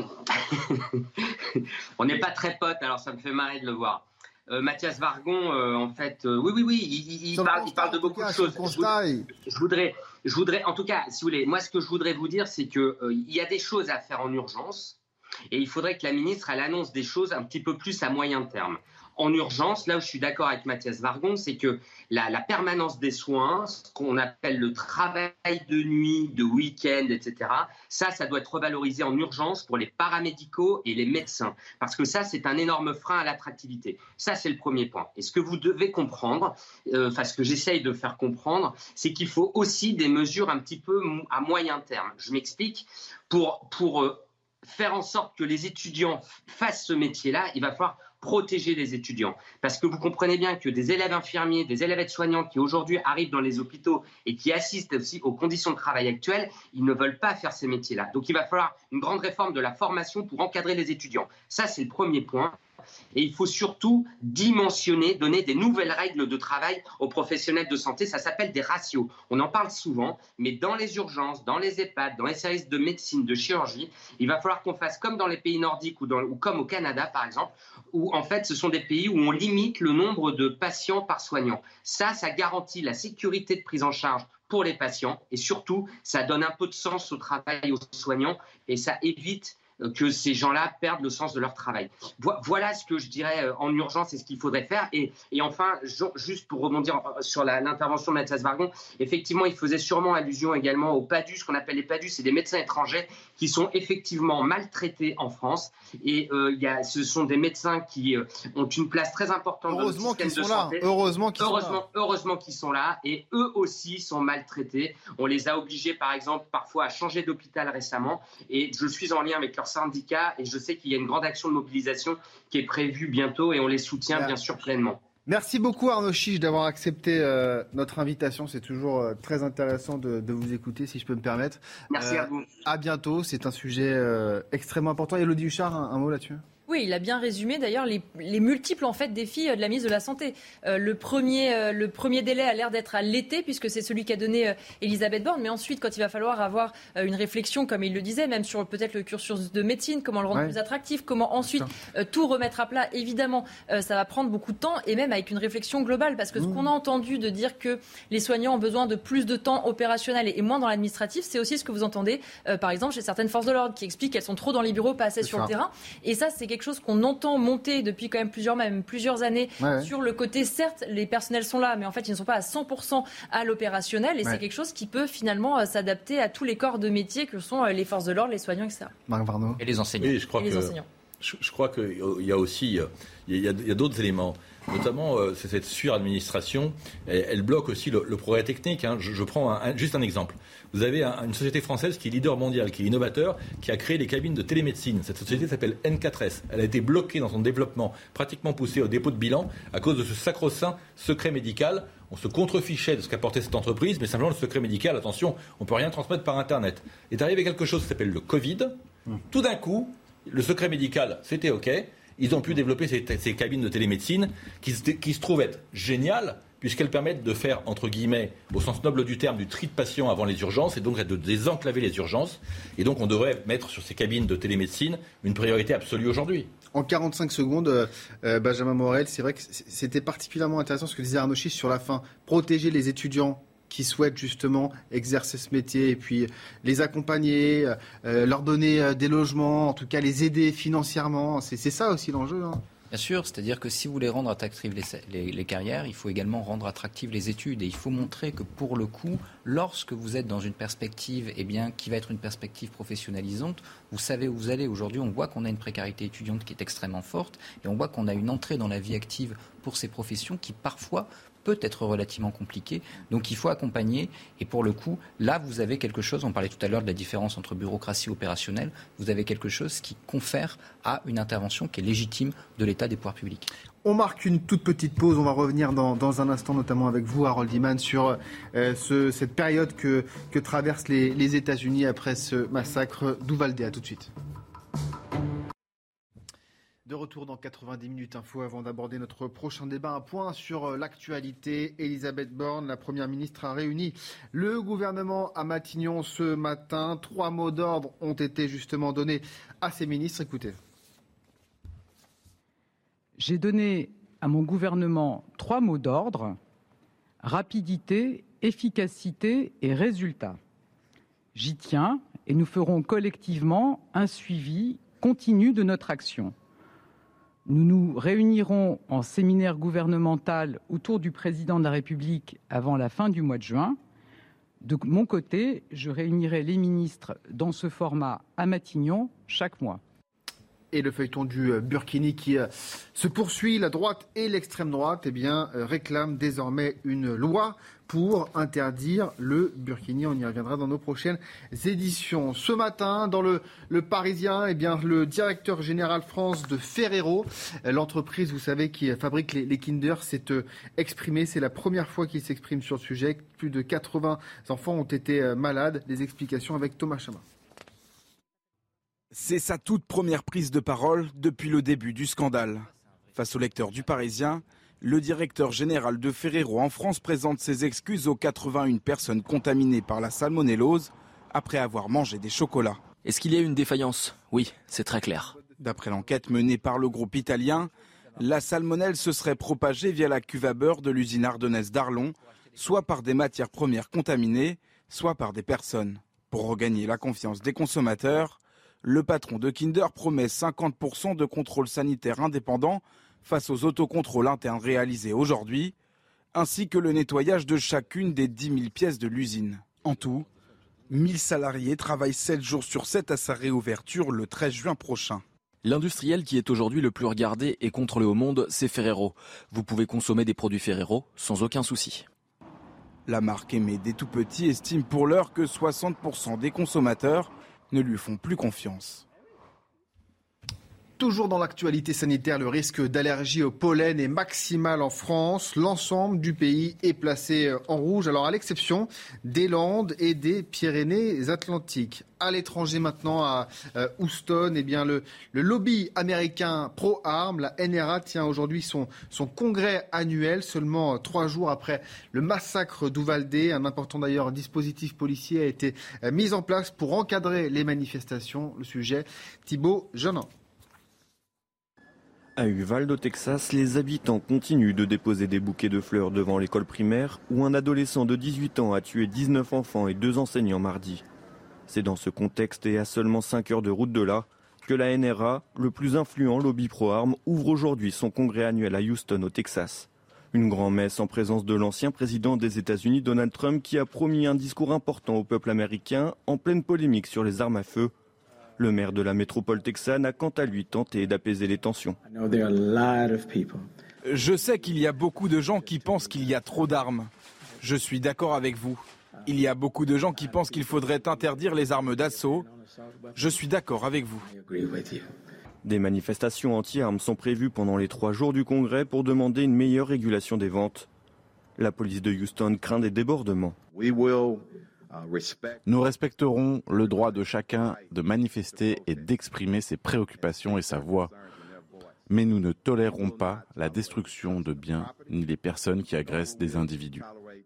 n'est pas très potes, alors ça me fait marrer de le voir. Mathias Vargon, il parle de beaucoup de choses. Je voudrais, en tout cas, si vous voulez, moi ce que je voudrais vous dire, c'est que il y a des choses à faire en urgence. Et il faudrait que la ministre elle annonce des choses un petit peu plus à moyen terme. En urgence, là où je suis d'accord avec Mathias Vargon, c'est que la permanence des soins, ce qu'on appelle le travail de nuit, de week-end, etc., ça doit être revalorisé en urgence pour les paramédicaux et les médecins. Parce que ça, c'est un énorme frein à l'attractivité. Ça, c'est le premier point. Et ce que vous devez comprendre, ce que j'essaye de faire comprendre, c'est qu'il faut aussi des mesures un petit peu à moyen terme. Je m'explique. Pour faire en sorte que les étudiants fassent ce métier-là, il va falloir protéger les étudiants. Parce que vous comprenez bien que des élèves infirmiers, des élèves aides-soignants qui aujourd'hui arrivent dans les hôpitaux et qui assistent aussi aux conditions de travail actuelles, ils ne veulent pas faire ces métiers-là. Donc il va falloir une grande réforme de la formation pour encadrer les étudiants. Ça, c'est le premier point. Et il faut surtout dimensionner, donner des nouvelles règles de travail aux professionnels de santé. Ça s'appelle des ratios. On en parle souvent, mais dans les urgences, dans les EHPAD, dans les services de médecine, de chirurgie, il va falloir qu'on fasse comme dans les pays nordiques ou comme au Canada, par exemple, où en fait, ce sont des pays où on limite le nombre de patients par soignant. Ça garantit la sécurité de prise en charge pour les patients et surtout, ça donne un peu de sens au travail aux soignants et ça évite que ces gens-là perdent le sens de leur travail. Voilà ce que je dirais en urgence et ce qu'il faudrait faire. Et enfin, juste pour rebondir sur l'intervention de Mathias Vargon, effectivement, il faisait sûrement allusion également aux PADU. Ce qu'on appelle les PADU, c'est des médecins étrangers qui sont effectivement maltraités en France. Et ce sont des médecins qui ont une place très importante dans le système de santé. Heureusement qu'ils sont là. Et eux aussi sont maltraités. On les a obligés, par exemple, parfois à changer d'hôpital récemment. Et je suis en lien avec leur syndicat et je sais qu'il y a une grande action de mobilisation qui est prévue bientôt et on les soutient bien sûr pleinement. Merci beaucoup Arnaud Chiche d'avoir accepté notre invitation. C'est toujours très intéressant de vous écouter, si je peux me permettre. Merci à vous. À bientôt. C'est un sujet extrêmement important. Élodie Huchard, un mot là-dessus ? Oui, il a bien résumé d'ailleurs les multiples en fait défis de la ministre de la Santé. Le premier délai a l'air d'être à l'été puisque c'est celui qu'a donné Elisabeth Borne. Mais ensuite, quand il va falloir avoir une réflexion, comme il le disait, même sur peut-être le cursus de médecine, comment le rendre plus attractif, comment ensuite tout remettre à plat. Évidemment, ça va prendre beaucoup de temps et même avec une réflexion globale parce que ce qu'on a entendu de dire que les soignants ont besoin de plus de temps opérationnel et moins dans l'administratif, c'est aussi ce que vous entendez par exemple chez certaines forces de l'ordre qui expliquent qu'elles sont trop dans les bureaux, pas assez sur le terrain. Et ça, c'est quelque chose qu'on entend monter depuis quand même plusieurs années sur le côté, certes, les personnels sont là, mais en fait, ils ne sont pas à 100% à l'opérationnel et c'est quelque chose qui peut finalement s'adapter à tous les corps de métier que sont les forces de l'ordre, les soignants, etc. Marc Varnaud. Et les enseignants. Oui, je crois qu'il y a aussi il y a d'autres éléments. Notamment, c'est cette suradministration, elle bloque aussi le progrès technique. Je prends juste un exemple. Vous avez une société française qui est leader mondial, qui est innovateur, qui a créé les cabines de télémédecine. Cette société s'appelle N4S. Elle a été bloquée dans son développement, pratiquement poussée au dépôt de bilan, à cause de ce sacro-saint secret médical. On se contrefichait de ce qu'apportait cette entreprise, mais simplement le secret médical, attention, on ne peut rien transmettre par Internet. Il est arrivé quelque chose qui s'appelle le Covid. Tout d'un coup, le secret médical, c'était OK. Ils ont pu développer ces cabines de télémédecine qui se trouvent être géniales puisqu'elles permettent de faire, entre guillemets, au sens noble du terme, du tri de patients avant les urgences et donc de désenclaver les urgences. Et donc on devrait mettre sur ces cabines de télémédecine une priorité absolue aujourd'hui. En 45 secondes, Benjamin Morel, c'est vrai que c'était particulièrement intéressant ce que disait Arnaud Chiche sur la fin. Protéger les étudiants qui souhaitent justement exercer ce métier et puis les accompagner, leur donner des logements, en tout cas les aider financièrement. C'est ça aussi l'enjeu. Bien sûr, c'est-à-dire que si vous voulez rendre attractives les carrières, il faut également rendre attractives les études. Et il faut montrer que pour le coup, lorsque vous êtes dans une perspective qui va être une perspective professionnalisante, vous savez où vous allez. Aujourd'hui, on voit qu'on a une précarité étudiante qui est extrêmement forte et on voit qu'on a une entrée dans la vie active pour ces professions qui parfois peut être relativement compliqué. Donc il faut accompagner. Et pour le coup, là, vous avez quelque chose, on parlait tout à l'heure de la différence entre bureaucratie et opérationnelle, vous avez quelque chose qui confère à une intervention qui est légitime de l'État des pouvoirs publics. On marque une toute petite pause. On va revenir dans un instant, notamment avec vous, Harold Iman, sur cette période que traversent les États-Unis après ce massacre d'Uvalde. À tout de suite. De retour dans 90 minutes info avant d'aborder notre prochain débat. Un point sur l'actualité. Elisabeth Borne, la Première ministre, a réuni le gouvernement à Matignon ce matin. 3 mots d'ordre ont été justement donnés à ses ministres. Écoutez. J'ai donné à mon gouvernement 3 mots d'ordre: rapidité, efficacité et résultat. J'y tiens et nous ferons collectivement un suivi continu de notre action. Nous nous réunirons en séminaire gouvernemental autour du président de la République avant la fin du mois de juin. De mon côté, je réunirai les ministres dans ce format à Matignon chaque mois. Et le feuilleton du Burkini qui se poursuit. La droite et l'extrême droite réclament désormais une loi pour interdire le burkini. On y reviendra dans nos prochaines éditions. Ce matin, dans le Parisien, le directeur général France de Ferrero, l'entreprise, vous savez, qui fabrique les Kinder, s'est exprimé. C'est la première fois qu'il s'exprime sur le sujet. Plus de 80 enfants ont été malades. Les explications avec Thomas Chama. C'est sa toute première prise de parole depuis le début du scandale. Face au lecteur du Parisien, le directeur général de Ferrero en France présente ses excuses aux 81 personnes contaminées par la salmonellose après avoir mangé des chocolats. Est-ce qu'il y a une défaillance ? Oui, c'est très clair. D'après l'enquête menée par le groupe italien, la salmonelle se serait propagée via la cuve à beurre de l'usine ardennaise d'Arlon, soit par des matières premières contaminées, soit par des personnes. Pour regagner la confiance des consommateurs, le patron de Kinder promet 50% de contrôle sanitaire indépendant face aux autocontrôles internes réalisés aujourd'hui, ainsi que le nettoyage de chacune des 10 000 pièces de l'usine. En tout, 1000 salariés travaillent 7 jours sur 7 à sa réouverture le 13 juin prochain. L'industriel qui est aujourd'hui le plus regardé et contrôlé au monde, c'est Ferrero. Vous pouvez consommer des produits Ferrero sans aucun souci. La marque aimée des tout-petits estime pour l'heure que 60% des consommateurs ne lui font plus confiance. Toujours dans l'actualité sanitaire, le risque d'allergie au pollen est maximal en France. L'ensemble du pays est placé en rouge, alors à l'exception des Landes et des Pyrénées-Atlantiques. À l'étranger maintenant, à Houston, le lobby américain pro-armes, la NRA, tient aujourd'hui son congrès annuel, seulement 3 jours après le massacre d'Uvalde. Un important d'ailleurs dispositif policier a été mis en place pour encadrer les manifestations. Le sujet, Thibaut Jeannin. À Uvalde, au Texas, les habitants continuent de déposer des bouquets de fleurs devant l'école primaire où un adolescent de 18 ans a tué 19 enfants et 2 enseignants mardi. C'est dans ce contexte et à seulement 5 heures de route de là que la NRA, le plus influent lobby pro-armes, ouvre aujourd'hui son congrès annuel à Houston, au Texas. Une grand-messe en présence de l'ancien président des États-Unis, Donald Trump, qui a promis un discours important au peuple américain en pleine polémique sur les armes à feu. Le maire de la métropole texane a quant à lui tenté d'apaiser les tensions. Je sais qu'il y a beaucoup de gens qui pensent qu'il y a trop d'armes. Je suis d'accord avec vous. Il y a beaucoup de gens qui pensent qu'il faudrait interdire les armes d'assaut. Je suis d'accord avec vous. Des manifestations anti-armes sont prévues pendant les 3 jours du congrès pour demander une meilleure régulation des ventes. La police de Houston craint des débordements. Nous respecterons le droit de chacun de manifester et d'exprimer ses préoccupations et sa voix. Mais nous ne tolérerons pas la destruction de biens ni les personnes qui agressent des individus.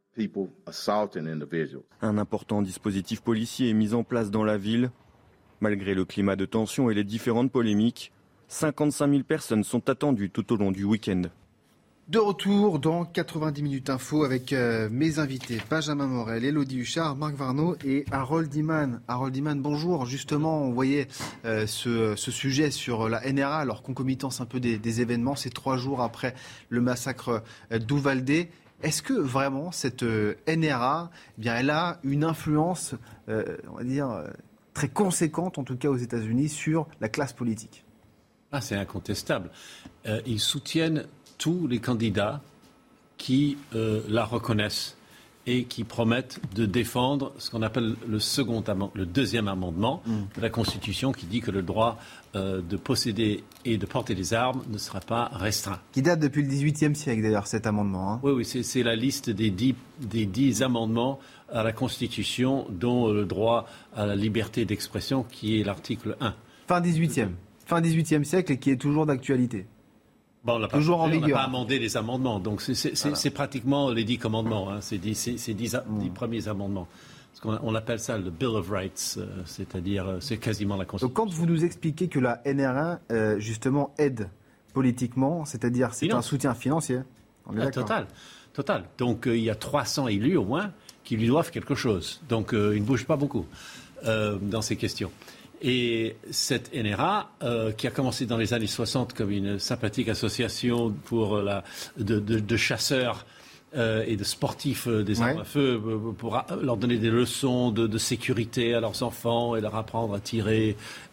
Un important dispositif policier est mis en place dans la ville. Malgré le climat de tension et les différentes polémiques, 55 000 personnes sont attendues tout au long du week-end. De retour dans 90 minutes info avec mes invités Benjamin Morel, Élodie Huchard, Marc Varnaud et Harold Iman. Harold Iman, bonjour. Justement, on voyait ce sujet sur la NRA, alors concomitance un peu des événements, c'est 3 jours après le massacre d'Uvalde. Est-ce que vraiment cette NRA, elle a une influence, on va dire, très conséquente, en tout cas aux États-Unis, sur la classe politique ? C'est incontestable. Ils soutiennent tous les candidats qui la reconnaissent et qui promettent de défendre ce qu'on appelle le deuxième amendement de la Constitution qui dit que le droit de posséder et de porter des armes ne sera pas restreint. Qui date depuis le XVIIIe siècle d'ailleurs cet amendement. Oui, c'est la liste des 10 amendements à la Constitution dont le droit à la liberté d'expression qui est l'article 1. Fin 18e siècle et qui est toujours d'actualité. On n'a pas amendé les amendements, donc c'est pratiquement les 10 commandements, ces 10 premiers amendements. On appelle ça le Bill of Rights, c'est-à-dire c'est quasiment la Constitution. Donc quand vous nous expliquez que la NRA, justement, aide politiquement, c'est-à-dire c'est un soutien financier, on est d'accord. Total. Donc il y a 300 élus au moins qui lui doivent quelque chose. Donc il ne bouge pas beaucoup dans ces questions. Et cette NRA, qui a commencé dans les années 60 comme une sympathique association pour de chasseurs et de sportifs des armes à feu pour leur donner des leçons de sécurité à leurs enfants et leur apprendre à tirer,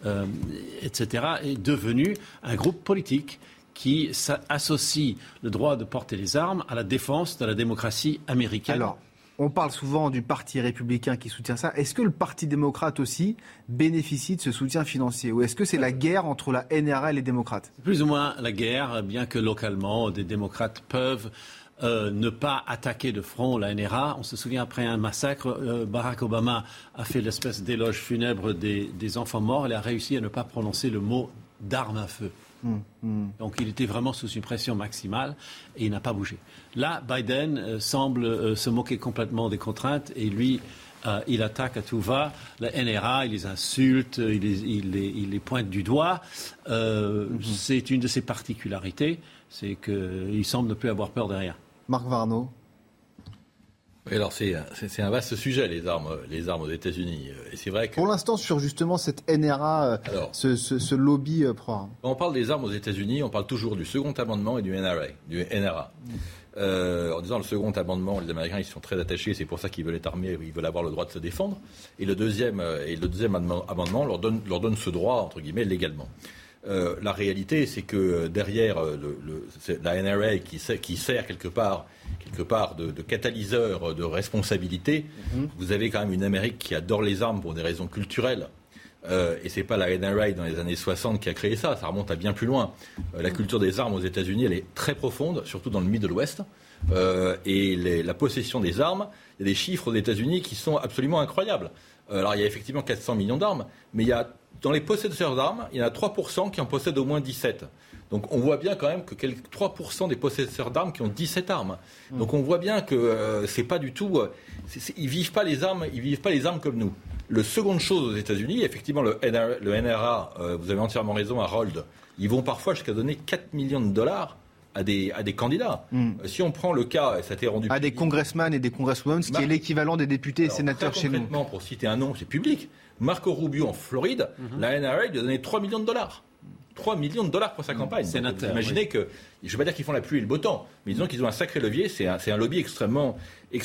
etc., est devenu un groupe politique qui associe le droit de porter les armes à la défense de la démocratie américaine. Alors, on parle souvent du parti républicain qui soutient ça. Est-ce que le parti démocrate aussi bénéficie de ce soutien financier? Ou est-ce que c'est la guerre entre la NRA et les démocrates? Plus ou moins la guerre, bien que localement, des démocrates peuvent ne pas attaquer de front la NRA. On se souvient, après un massacre, Barack Obama a fait l'espèce d'éloge funèbre des enfants morts. Il a réussi à ne pas prononcer le mot d'arme à feu. Donc il était vraiment sous une pression maximale et il n'a pas bougé. Là, Biden semble se moquer complètement des contraintes et lui, il attaque à tout va la NRA, il les insulte, il les pointe du doigt. C'est une de ses particularités, c'est qu'il semble ne plus avoir peur de rien. Marc Varno. Oui, alors c'est un vaste sujet, les armes aux États-Unis. Et c'est vrai que pour l'instant, sur justement cette NRA, ce lobby pro-armes. Quand on parle des armes aux États-Unis, on parle toujours du second amendement et du NRA. En disant le second amendement, les Américains ils sont très attachés, c'est pour ça qu'ils veulent être armés, ils veulent avoir le droit de se défendre. Et le deuxième amendement leur donne ce droit entre guillemets légalement. La réalité, c'est que derrière la NRA qui sert quelque part de catalyseur de responsabilité, vous avez quand même une Amérique qui adore les armes pour des raisons culturelles. Et c'est pas la NRA dans les années 60 qui a créé ça remonte à bien plus loin. La culture des armes aux États-Unis, elle est très profonde, surtout dans le Middle West. Et la possession des armes, il y a des chiffres aux États-Unis qui sont absolument incroyables. Alors il y a effectivement 400 millions d'armes, mais dans les possesseurs d'armes, il y en a 3% qui en possèdent au moins 17. Donc on voit bien quand même que 3% des possesseurs d'armes qui ont 17 armes. Donc on voit bien que c'est pas du tout... ils vivent pas les armes comme nous. La seconde chose aux États-Unis, effectivement le NRA, vous avez entièrement raison, Harold, ils vont parfois jusqu'à donner 4 millions de dollars à des candidats. Si on prend le cas, ça a été rendu public, des congressmen et des congresswomen, ce qui est l'équivalent des députés et sénateurs chez nous. Pour citer un nom, c'est public. Marco Rubio en Floride, la NRA lui a donné 3 millions de dollars. 3 millions de dollars pour sa campagne. Sénateur, imaginez que, je ne vais pas dire qu'ils font la pluie et le beau temps, mais disons qu'ils ont un sacré levier, c'est un lobby extrêmement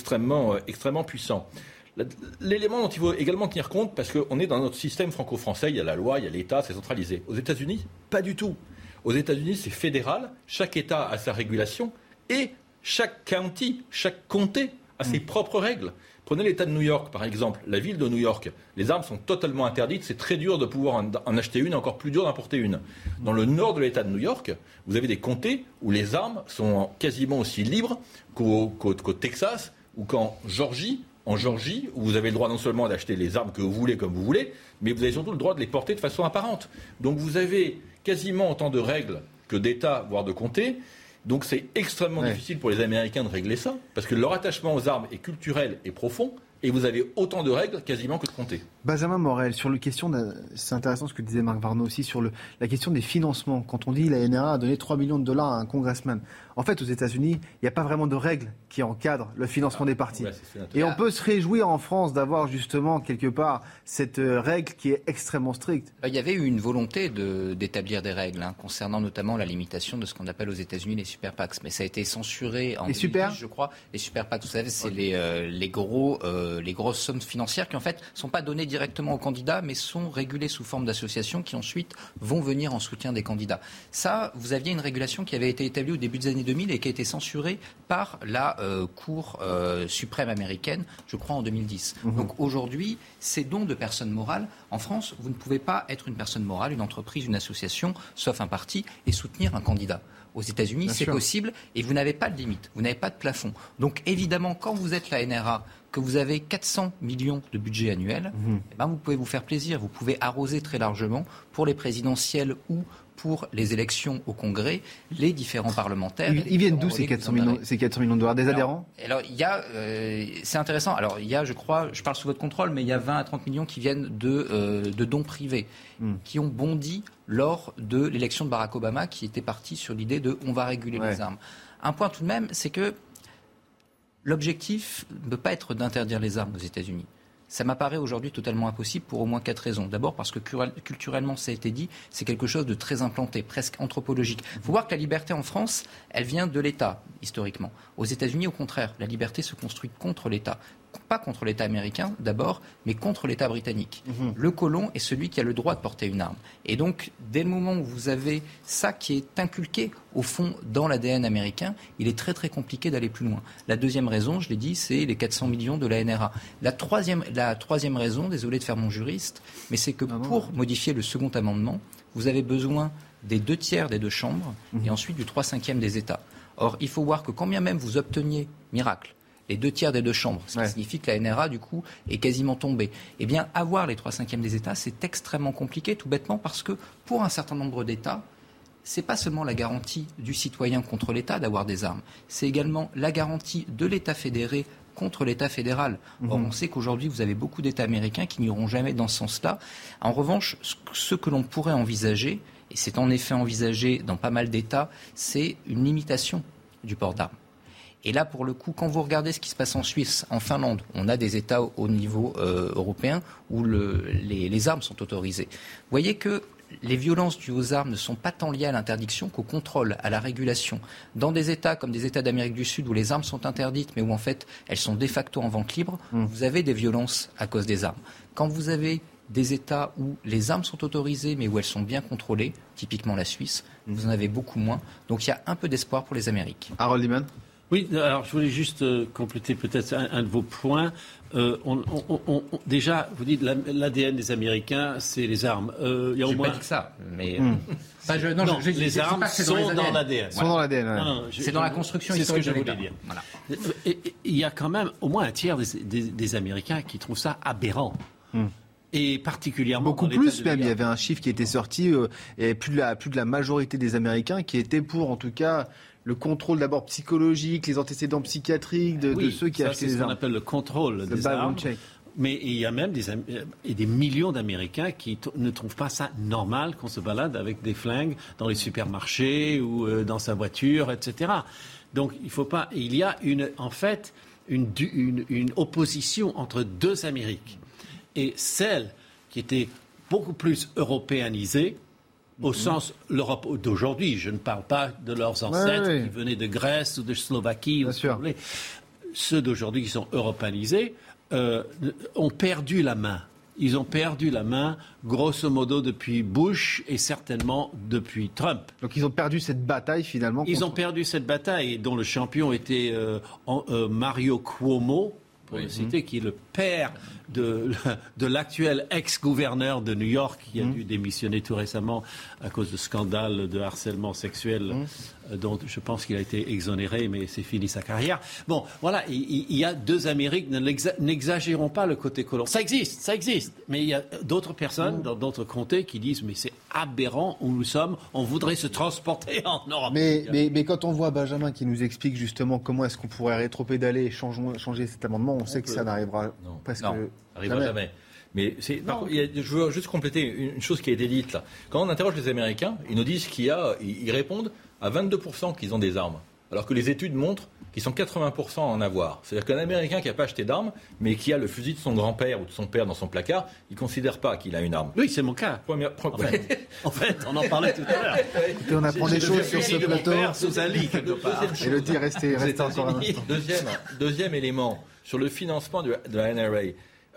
puissant. L'élément dont il faut également tenir compte, parce qu'on est dans notre système franco-français, il y a la loi, il y a l'État, c'est centralisé. Aux États-Unis, pas du tout. Aux États-Unis, c'est fédéral, chaque État a sa régulation, et chaque county, chaque comté a ses propres règles. Prenez l'État de New York, par exemple, la ville de New York. Les armes sont totalement interdites, c'est très dur de pouvoir en acheter une, encore plus dur d'en porter une. Dans le nord de l'État de New York, vous avez des comtés où les armes sont quasiment aussi libres qu'au Texas ou qu'en Géorgie. En Géorgie, où vous avez le droit non seulement d'acheter les armes que vous voulez, comme vous voulez, mais vous avez surtout le droit de les porter de façon apparente. Donc vous avez quasiment autant de règles que d'États, voire de comtés. Donc c'est extrêmement difficile pour les Américains de régler ça, parce que leur attachement aux armes est culturel et profond, et vous avez autant de règles quasiment que de comtés. Benjamin Morel, sur la question, c'est intéressant ce que disait Marc Varno aussi, sur la question des financements. Quand on dit la NRA a donné 3 millions de dollars à un congressman, en fait aux États-Unis, il n'y a pas vraiment de règles qui encadrent le financement des partis. Et on peut se réjouir en France d'avoir justement quelque part cette règle qui est extrêmement stricte. Il y avait eu une volonté d'établir des règles concernant notamment la limitation de ce qu'on appelle aux États-Unis les super PACs, mais ça a été censuré en 2010, je crois. Les super PACs, vous savez, c'est les grosses sommes financières qui en fait sont pas données directement aux candidats, mais sont régulées sous forme d'associations qui ensuite vont venir en soutien des candidats. Ça, vous aviez une régulation qui avait été établie au début des années 2000 et qui a été censurée par la Cour suprême américaine, je crois en 2010. Donc aujourd'hui, ces dons de personnes morales, en France, vous ne pouvez pas être une personne morale, une entreprise, une association, sauf un parti, et soutenir un candidat. Aux États-Unis, c'est possible et vous n'avez pas de limite, vous n'avez pas de plafond. Donc évidemment, quand vous êtes la NRA, que vous avez 400 millions de budget annuel, vous pouvez vous faire plaisir, vous pouvez arroser très largement pour les présidentielles ou pour les élections au Congrès, les différents parlementaires. Ils viennent d'où ces 400 millions de dollars? Des adhérents? Alors il y a, c'est intéressant, alors il y a, je crois, je parle sous votre contrôle, mais il y a 20 à 30 millions qui viennent de dons privés, qui ont bondi lors de l'élection de Barack Obama, qui était parti sur l'idée de on va réguler les armes. Un point tout de même, c'est que l'objectif ne peut pas être d'interdire les armes aux États-Unis. Ça m'apparaît aujourd'hui totalement impossible pour au moins 4 raisons. D'abord parce que culturellement, ça a été dit, c'est quelque chose de très implanté, presque anthropologique. Il faut voir que la liberté en France, elle vient de l'État, historiquement. Aux États-Unis, au contraire, la liberté se construit contre l'État. Pas contre l'État américain, d'abord, mais contre l'État britannique. Le colon est celui qui a le droit de porter une arme. Et donc, dès le moment où vous avez ça qui est inculqué, au fond, dans l'ADN américain, il est très très compliqué d'aller plus loin. La deuxième raison, je l'ai dit, c'est les 400 millions de la NRA. La troisième raison, désolé de faire mon juriste, mais c'est que pour modifier le second amendement, vous avez besoin des 2/3 des 2 chambres et ensuite du 3/5 des États. Or, il faut voir que quand bien même vous obteniez, miracle, les 2/3 des 2 chambres, ce qui signifie que la NRA, du coup, est quasiment tombée. Eh bien, avoir les 3/5 des États, c'est extrêmement compliqué, tout bêtement, parce que pour un certain nombre d'États, c'est pas seulement la garantie du citoyen contre l'État d'avoir des armes, c'est également la garantie de l'État fédéré contre l'État fédéral. Or, on sait qu'aujourd'hui, vous avez beaucoup d'États américains qui n'iront jamais dans ce sens-là. En revanche, ce que l'on pourrait envisager, et c'est en effet envisagé dans pas mal d'États, c'est une limitation du port d'armes. Et là, pour le coup, quand vous regardez ce qui se passe en Suisse, en Finlande, on a des États au niveau européen où les armes sont autorisées. Vous voyez que les violences dues aux armes ne sont pas tant liées à l'interdiction qu'au contrôle, à la régulation. Dans des États comme des États d'Amérique du Sud où les armes sont interdites, mais où en fait elles sont de facto en vente libre, vous avez des violences à cause des armes. Quand vous avez des États où les armes sont autorisées, mais où elles sont bien contrôlées, typiquement la Suisse, vous en avez beaucoup moins. Donc il y a un peu d'espoir pour les Amériques. Harold Iman. Oui, alors je voulais juste compléter peut-être un de vos points. Déjà, vous dites l'ADN des Américains, c'est les armes. Il y a au moins... pas dit que ça, mais... les armes sont dans l'ADN. Sont dans l'ADN, c'est dans la construction historique. C'est ce que je voulais dire. Voilà. Il y a quand même au moins un tiers des Américains qui trouvent ça aberrant. Et particulièrement beaucoup plus même. Il y avait un chiffre qui était sorti et plus de la majorité des Américains qui étaient pour, en tout cas, le contrôle d'abord psychologique, les antécédents psychiatriques de ceux qui achetaient les armes. C'est ce qu'on appelle le contrôle des armes. Mais il y a même des millions d'Américains qui ne trouvent pas ça normal qu'on se balade avec des flingues dans les supermarchés ou dans sa voiture, etc. Donc il y a en fait une opposition entre deux Amériques. Et celle qui était beaucoup plus européanisée, au sens l'Europe d'aujourd'hui, je ne parle pas de leurs ancêtres qui venaient de Grèce ou de Slovaquie, ceux d'aujourd'hui qui sont européanisés, ont perdu la main. Ils ont perdu la main, grosso modo, depuis Bush et certainement depuis Trump. Donc ils ont perdu cette bataille, finalement. Ils ont perdu cette bataille, dont le champion était Mario Cuomo, pour le citer, qui est le père de l'actuel ex-gouverneur de New York, qui a dû démissionner tout récemment à cause de scandales de harcèlement sexuel dont je pense qu'il a été exonéré, mais c'est fini sa carrière. Bon, voilà, il y a deux Amériques, n'exagérons pas le côté colon. Ça existe, mais il y a d'autres personnes dans d'autres comtés qui disent mais c'est aberrant où nous sommes, on voudrait se transporter en Europe. Mais quand on voit Benjamin qui nous explique justement comment est-ce qu'on pourrait rétropédaler et changer cet amendement, on sait que ça n'arrivera presque jamais. Mais je veux juste compléter une chose qui a été dite là. Quand on interroge les Américains, ils nous disent ils répondent à 22% qu'ils ont des armes, alors que les études montrent qu'ils sont 80% à en avoir. C'est-à-dire qu'un Américain qui n'a pas acheté d'armes, mais qui a le fusil de son grand-père ou de son père dans son placard, il ne considère pas qu'il a une arme. Oui, c'est mon cas. En fait, on en parlait tout à l'heure. Et on apprend des choses sur ce plateau. Sous un lit, quelque part. Élodie, restez encore un instant. Deuxième élément, sur le financement de la NRA.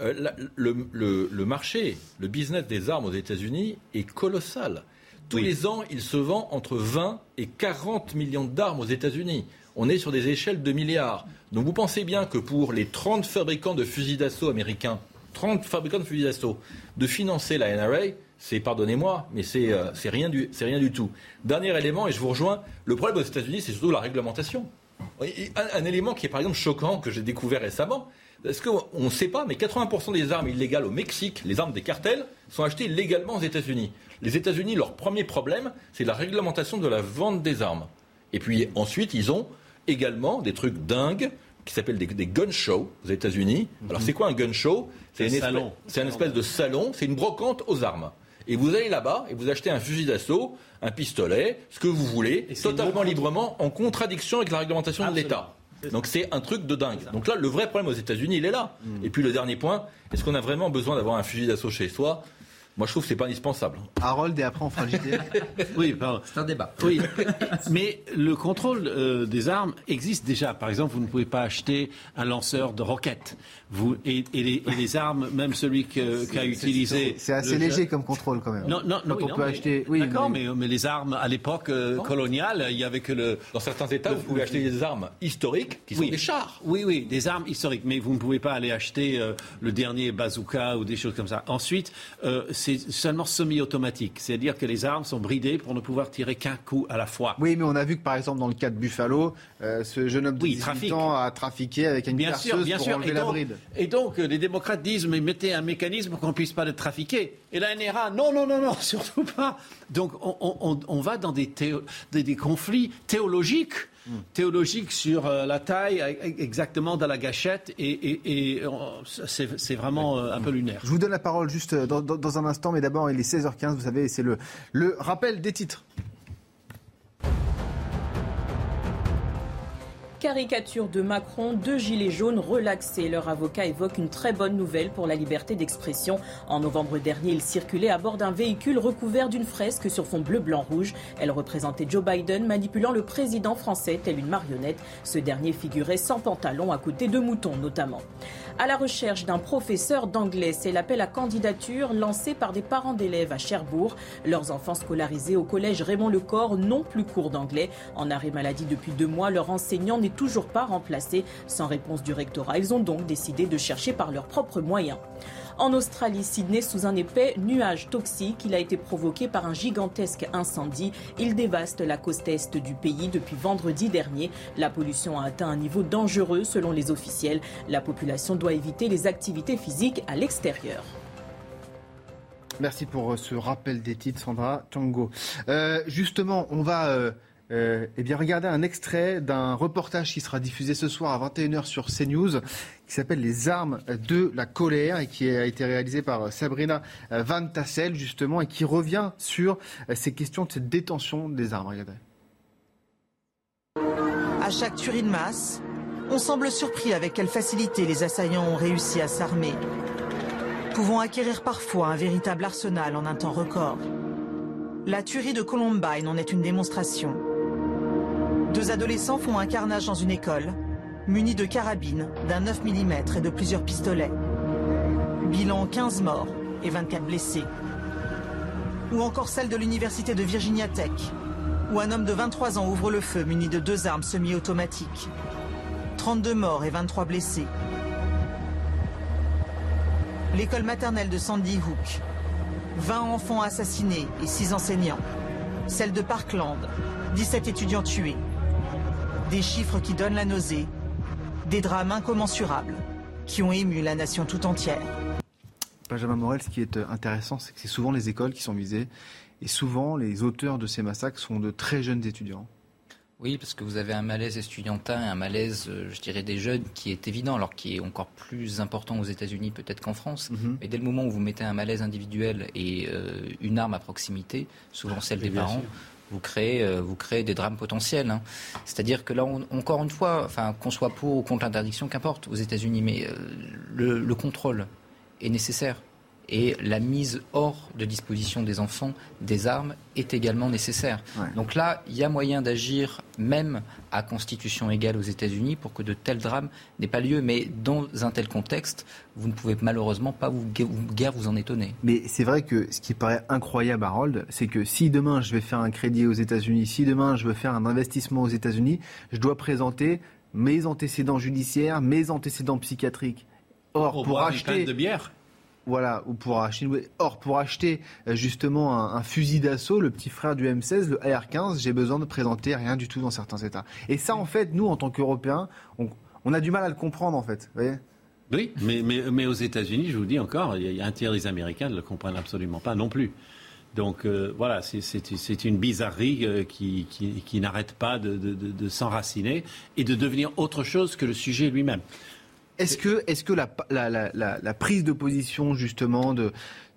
Le marché, le business des armes aux États-Unis est colossal. Tous les ans, il se vend entre 20 et 40 millions d'armes aux États-Unis. On est sur des échelles de milliards. Donc vous pensez bien que pour les 30 fabricants de fusils d'assaut américains, de financer la NRA, c'est, pardonnez-moi, mais c'est rien du tout. Dernier élément, et je vous rejoins, le problème aux États-Unis, c'est surtout la réglementation. Un élément qui est par exemple choquant, que j'ai découvert récemment, parce qu'on ne sait pas, mais 80% des armes illégales au Mexique, les armes des cartels, sont achetées légalement aux États-Unis. Les États-Unis, leur premier problème, c'est la réglementation de la vente des armes. Et puis ensuite, ils ont également des trucs dingues qui s'appellent des gun shows aux États-Unis. Alors c'est quoi un gun show ? C'est un espèce de salon, c'est une brocante aux armes. Et vous allez là-bas et vous achetez un fusil d'assaut, un pistolet, ce que vous voulez, totalement librement, en contradiction avec la réglementation de l'État. Donc c'est un truc de dingue. Donc là, le vrai problème aux États-Unis, il est là. Et puis le dernier point, est-ce qu'on a vraiment besoin d'avoir un fusil d'assaut chez soi ? Moi, je trouve que c'est pas indispensable. Harold, et après on fera le JT. Oui, pardon. C'est un débat. Oui, mais le contrôle des armes existe déjà. Par exemple, vous ne pouvez pas acheter un lanceur de roquettes. Et les armes, même celui qu'a utilisé... C'est assez léger comme contrôle quand même. Non, on peut acheter... Oui, d'accord, mais les armes à l'époque coloniale, il y avait que le... Dans certains États, vous pouvez acheter des armes historiques qui sont des chars. Oui, des armes historiques. Mais vous ne pouvez pas aller acheter le dernier bazooka ou des choses comme ça. Ensuite, c'est seulement semi-automatique. C'est-à-dire que les armes sont bridées pour ne pouvoir tirer qu'un coup à la fois. Oui, mais on a vu que par exemple dans le cas de Buffalo, ce jeune homme de 18 ans a trafiqué avec une perceuse pour enlever la bride. Et donc, les démocrates disent, mais mettez un mécanisme pour qu'on ne puisse pas le trafiquer. Et la NRA, non, surtout pas. Donc, on va dans des conflits théologiques sur la taille exactement de la gâchette et c'est vraiment un peu lunaire. Je vous donne la parole juste dans un instant, mais d'abord il est 16h15, vous savez, c'est le rappel des titres. Caricature de Macron, 2 gilets jaunes relaxés. Leur avocat évoque une très bonne nouvelle pour la liberté d'expression. En novembre dernier, il circulait à bord d'un véhicule recouvert d'une fresque sur fond bleu-blanc-rouge. Elle représentait Joe Biden manipulant le président français tel une marionnette. Ce dernier figurait sans pantalon à côté de moutons notamment. À la recherche d'un professeur d'anglais, c'est l'appel à candidature lancé par des parents d'élèves à Cherbourg. Leurs enfants scolarisés au collège Raymond Lecor n'ont plus cours d'anglais. En arrêt maladie depuis 2 mois, leur enseignant n'est toujours pas remplacé. Sans réponse du rectorat, ils ont donc décidé de chercher par leurs propres moyens. En Australie, Sydney sous un épais nuage toxique. Il a été provoqué par un gigantesque incendie. Il dévaste la côte est du pays depuis vendredi dernier. La pollution a atteint un niveau dangereux selon les officiels. La population doit éviter les activités physiques à l'extérieur. Merci pour ce rappel des titres, Sandra Tchango. Justement, on va... regarder un extrait d'un reportage qui sera diffusé ce soir à 21h sur CNews, qui s'appelle Les armes de la colère et qui a été réalisé par Sabrina Van Tassel, justement, et qui revient sur ces questions de cette détention des armes. Regardez. À chaque tuerie de masse, on semble surpris avec quelle facilité les assaillants ont réussi à s'armer, pouvant acquérir parfois un véritable arsenal en un temps record. La tuerie de Columbine en est une démonstration. 2 adolescents font un carnage dans une école, munis de carabines, d'un 9 mm et de plusieurs pistolets. Bilan 15 morts et 24 blessés. Ou encore celle de l'université de Virginia Tech, où un homme de 23 ans ouvre le feu muni de 2 armes semi-automatiques. 32 morts et 23 blessés. L'école maternelle de Sandy Hook. 20 enfants assassinés et 6 enseignants. Celle de Parkland, 17 étudiants tués. Des chiffres qui donnent la nausée, des drames incommensurables qui ont ému la nation tout entière. Benjamin Morel, ce qui est intéressant, c'est que c'est souvent les écoles qui sont visées et souvent les auteurs de ces massacres sont de très jeunes étudiants. Oui, parce que vous avez un malaise estudiantin et un malaise, je dirais, des jeunes qui est évident, alors qui est encore plus important aux États-Unis peut-être qu'en France. Mais dès le moment où vous mettez un malaise individuel et une arme à proximité, souvent celle des parents, vous créez des drames potentiels. C'est-à-dire que là, encore une fois, qu'on soit pour ou contre l'interdiction, qu'importe aux États-Unis, mais le contrôle est nécessaire. Et la mise hors de disposition des enfants des armes est également nécessaire. Ouais. Donc là, il y a moyen d'agir même à constitution égale aux États-Unis pour que de tels drames n'aient pas lieu. Mais dans un tel contexte, vous ne pouvez malheureusement pas guère vous en étonner. Mais c'est vrai que ce qui paraît incroyable, Harold, c'est que si demain je vais faire un crédit aux États-Unis, si demain je veux faire un investissement aux États-Unis, je dois présenter mes antécédents judiciaires, mes antécédents psychiatriques. Or, pour acheter une canne de bière. Voilà, ou pour acheter justement un fusil d'assaut, le petit frère du M16, le AR-15, j'ai besoin de présenter rien du tout dans certains États. Et ça, en fait, nous, en tant qu'Européens, on a du mal à le comprendre, en fait. Vous voyez ? Oui, mais aux États-Unis, je vous dis encore, il y a un tiers des Américains ne le comprennent absolument pas non plus. Donc voilà, c'est une bizarrerie qui n'arrête pas de s'enraciner et de devenir autre chose que le sujet lui-même. Est-ce que la prise de position justement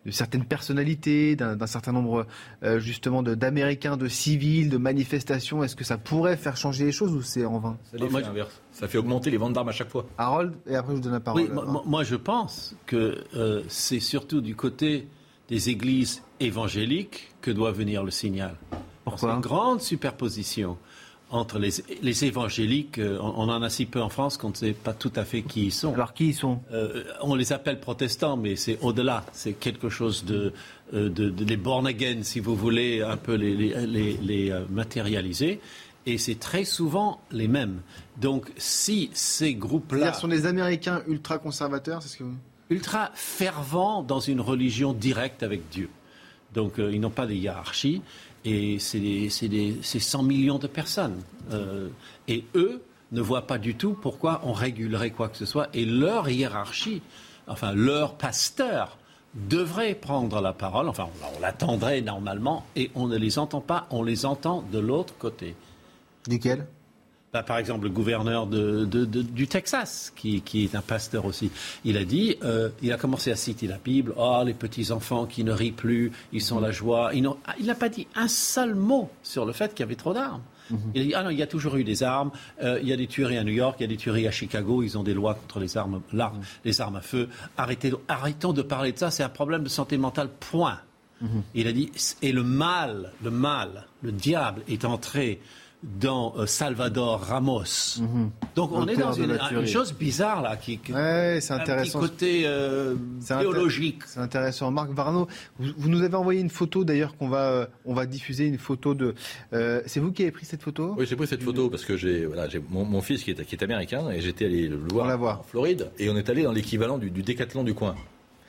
certaines personnalités, d'un certain nombre justement d'Américains, de civils, de manifestations. Est-ce que ça pourrait faire changer les choses ou c'est en vain? Ça fait l'inverse. Ça fait augmenter les ventes d'armes à chaque fois. Harold, et après je vous donne la parole. Oui, moi je pense que c'est surtout du côté des églises évangéliques que doit venir le signal. Pourquoi? Une grande superposition entre les évangéliques, on en a si peu en France qu'on ne sait pas tout à fait qui ils sont. Alors qui ils sont? On les appelle protestants, mais c'est au-delà. C'est quelque chose de les born again, si vous voulez, un peu les matérialiser. Et c'est très souvent les mêmes. Donc si ces groupes-là... Ce sont des Américains ultra-conservateurs, c'est ce que vous... Ultra fervents dans une religion directe avec Dieu. Donc ils n'ont pas de hiérarchie. Et c'est 100 millions de personnes. Et eux ne voient pas du tout pourquoi on régulerait quoi que ce soit. Et leur hiérarchie, enfin leur pasteur, devrait prendre la parole. Enfin, on l'attendrait normalement. Et on ne les entend pas. On les entend de l'autre côté. Duquel? Par exemple, le gouverneur du Texas, qui est un pasteur aussi, il a dit, il a commencé à citer la Bible, les petits-enfants qui ne rient plus, ils sont la joie. Il n'a pas dit un seul mot sur le fait qu'il y avait trop d'armes. Il a dit, non, il y a toujours eu des armes, il y a des tueries à New York, il y a des tueries à Chicago, ils ont des lois contre les armes à feu. Arrêtons de parler de ça, c'est un problème de santé mentale, point. Il a dit, et le mal, le diable est entré dans Salvador Ramos. Donc on est dans une chose bizarre là, c'est intéressant. Un petit côté théologique. C'est intéressant. Marc Varno, vous nous avez envoyé une photo d'ailleurs qu'on va diffuser, une photo de... c'est vous qui avez pris cette photo? Oui, j'ai pris cette photo parce que j'ai mon fils qui est américain et j'étais allé le voir en Floride et on est allé dans l'équivalent du décathlon du coin.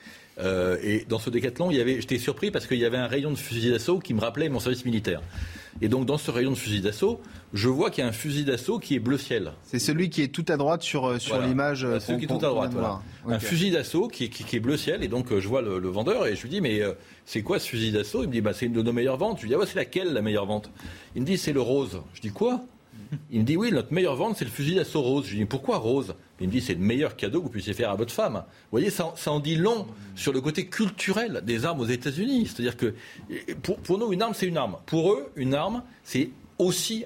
Et dans ce décathlon, j'étais surpris parce qu'il y avait un rayon de fusil d'assaut qui me rappelait mon service militaire. Et donc dans ce rayon de fusil d'assaut, je vois qu'il y a un fusil d'assaut qui est bleu ciel. C'est celui qui est tout à droite sur l'image. Celui qui est tout à droite, voilà. Okay. Un fusil d'assaut qui est bleu ciel. Et donc je vois le vendeur et je lui dis mais c'est quoi ce fusil d'assaut? Il me dit c'est une de nos meilleures ventes. Je lui dis c'est laquelle la meilleure vente? Il me dit c'est le rose. Je dis quoi? Il me dit oui, notre meilleure vente c'est le fusil d'assaut rose. Je lui dis pourquoi rose? Il me dit c'est le meilleur cadeau que vous puissiez faire à votre femme. Vous voyez, ça en dit long sur le côté culturel des armes aux États-Unis. C'est-à-dire que pour nous, une arme, c'est une arme. Pour eux, une arme, c'est aussi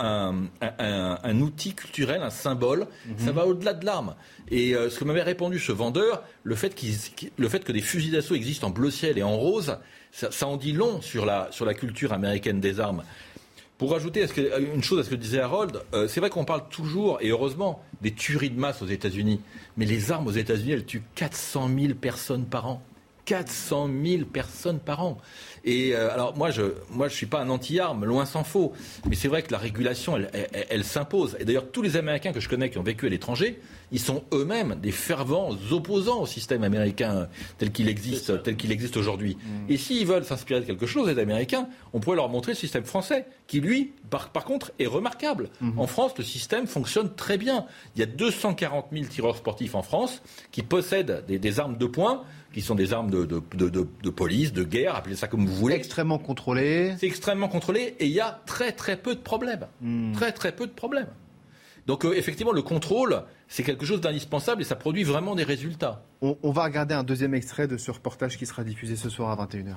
un outil culturel, un symbole. Ça va au-delà de l'arme. Et ce que m'avait répondu ce vendeur, le fait que des fusils d'assaut existent en bleu ciel et en rose, ça en dit long sur la culture américaine des armes. Pour rajouter une chose à ce que disait Harold, c'est vrai qu'on parle toujours, et heureusement, des tueries de masse aux États-Unis. Mais les armes aux États-Unis, elles tuent 400 000 personnes par an. 400 000 personnes par an. Et alors moi je suis pas un anti-armes, loin s'en faut. Mais c'est vrai que la régulation, elle s'impose. Et d'ailleurs, tous les Américains que je connais qui ont vécu à l'étranger, ils sont eux-mêmes des fervents opposants au système américain tel qu'il existe aujourd'hui. Et s'ils veulent s'inspirer de quelque chose, les Américains, on pourrait leur montrer le système français, qui lui, par contre, est remarquable. En France, le système fonctionne très bien. Il y a 240 000 tireurs sportifs en France qui possèdent des armes de poing, qui sont des armes de police, de guerre, appelez ça comme vous voulez. Extrêmement contrôlé. C'est extrêmement contrôlé et il y a très très peu de problèmes. Très très peu de problèmes. Donc effectivement, le contrôle, c'est quelque chose d'indispensable et ça produit vraiment des résultats. On va regarder un deuxième extrait de ce reportage qui sera diffusé ce soir à 21h.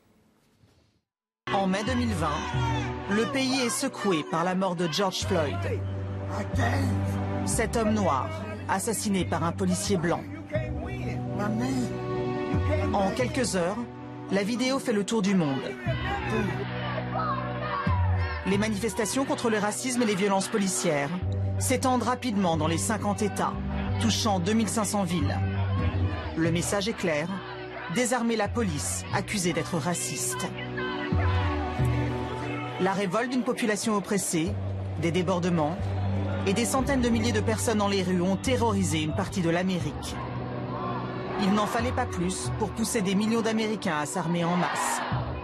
En mai 2020, le pays est secoué par la mort de George Floyd. Cet homme noir, assassiné par un policier blanc. En quelques heures, la vidéo fait le tour du monde. Les manifestations contre le racisme et les violences policières s'étendent rapidement dans les 50 États, touchant 2500 villes. Le message est clair, désarmer la police accusée d'être raciste. La révolte d'une population oppressée, des débordements et des centaines de milliers de personnes dans les rues ont terrorisé une partie de l'Amérique. Il n'en fallait pas plus pour pousser des millions d'Américains à s'armer en masse.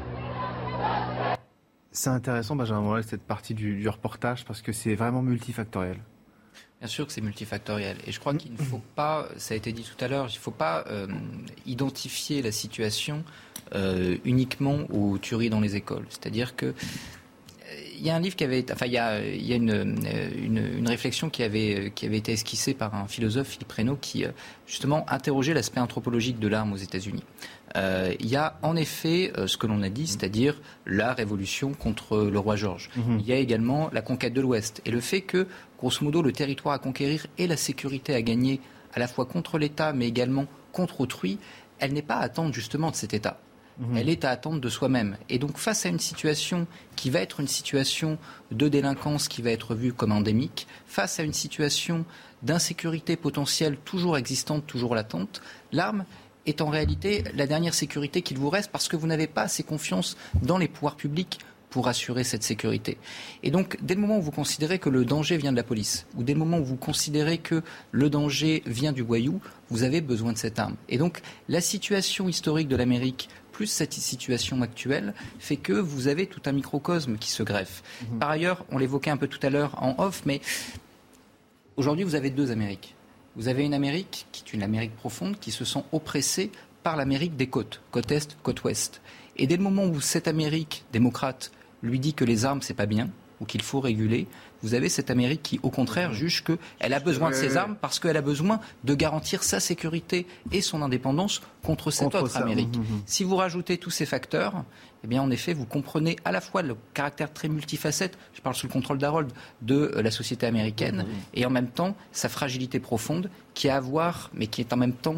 C'est intéressant, Benjamin Morel, cette partie du reportage, parce que c'est vraiment multifactoriel. Bien sûr que c'est multifactoriel. Et je crois qu'il ne faut pas, ça a été dit tout à l'heure, il ne faut pas identifier la situation uniquement aux tueries dans les écoles. C'est-à-dire que il y a un livre qui avait, enfin il y a une réflexion qui avait été esquissée par un philosophe, Philippe Reynaud, qui justement interrogeait l'aspect anthropologique de l'arme aux États-Unis. Il y a en effet ce que l'on a dit, c'est-à-dire la révolution contre le roi George. Il y a également la conquête de l'Ouest et le fait que, grosso modo, le territoire à conquérir et la sécurité à gagner à la fois contre l'État mais également contre autrui, elle n'est pas à attendre justement de cet État. Elle est à attendre de soi-même. Et donc face à une situation qui va être une situation de délinquance qui va être vue comme endémique, face à une situation d'insécurité potentielle toujours existante, toujours latente, l'arme est en réalité la dernière sécurité qu'il vous reste parce que vous n'avez pas assez confiance dans les pouvoirs publics pour assurer cette sécurité. Et donc, dès le moment où vous considérez que le danger vient de la police, ou dès le moment où vous considérez que le danger vient du voyou, vous avez besoin de cette arme. Et donc, la situation historique de l'Amérique, plus cette situation actuelle, fait que vous avez tout un microcosme qui se greffe. Par ailleurs, on l'évoquait un peu tout à l'heure en off, mais aujourd'hui, vous avez deux Amériques. Vous avez une Amérique qui est une Amérique profonde, qui se sent oppressée par l'Amérique des côtes, côte Est, côte Ouest. Et dès le moment où cette Amérique démocrate lui dit que les armes, c'est pas bien, ou qu'il faut réguler, vous avez cette Amérique qui, au contraire, juge qu'elle a besoin de ces armes parce qu'elle a besoin de garantir sa sécurité et son indépendance contre cette autre Amérique. Si vous rajoutez tous ces facteurs, eh bien, en effet, vous comprenez à la fois le caractère très multifacette, je parle sous le contrôle d'Harold, de la société américaine, et en même temps, sa fragilité profonde qui a à voir, mais qui est en même temps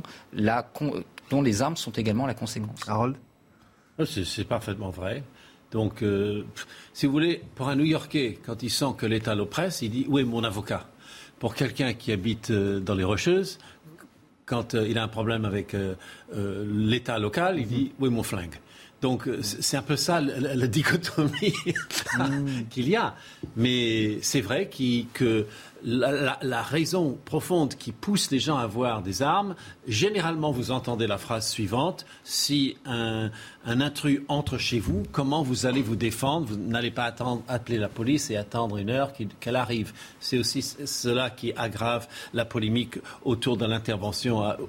dont les armes sont également la conséquence. Harold ? C'est parfaitement vrai. Donc, si vous voulez, pour un New-Yorkais, quand il sent que l'État l'oppresse, il dit « Où est mon avocat ?» Pour quelqu'un qui habite dans les Rocheuses, quand il a un problème avec l'État local, il dit « Où est mon flingue ?» Donc, c'est un peu ça la dichotomie qu'il y a. Mais c'est vrai que la raison profonde qui pousse les gens à avoir des armes, généralement, vous entendez la phrase suivante: si un intrus entre chez vous, comment vous allez vous défendre? Vous n'allez pas appeler la police et attendre une heure qu'elle arrive. C'est aussi cela qui aggrave la polémique autour de l'intervention à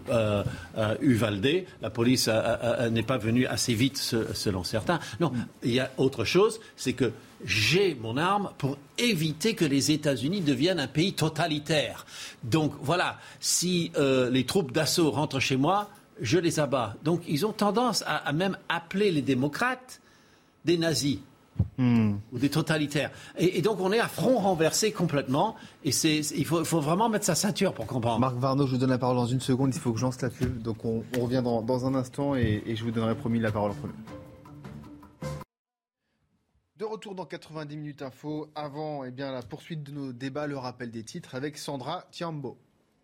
Uvalde. La police n'est pas venue assez vite, selon certains. Non, il y a autre chose, c'est que j'ai mon arme pour éviter que les États-Unis deviennent un pays totalitaire. Donc voilà, si les troupes d'assaut rentrent chez moi, je les abats. Donc ils ont tendance à même appeler les démocrates des nazis ou des totalitaires. Et donc on est à front renversé complètement. Et il faut vraiment mettre sa ceinture pour comprendre. Marc Varnaud, je vous donne la parole dans une seconde. Il faut que je lance la pub. Donc on revient dans un instant et je vous donnerai promis la parole en premier. De retour dans 90 minutes info. Avant la poursuite de nos débats, le rappel des titres avec Sandra Tiambo.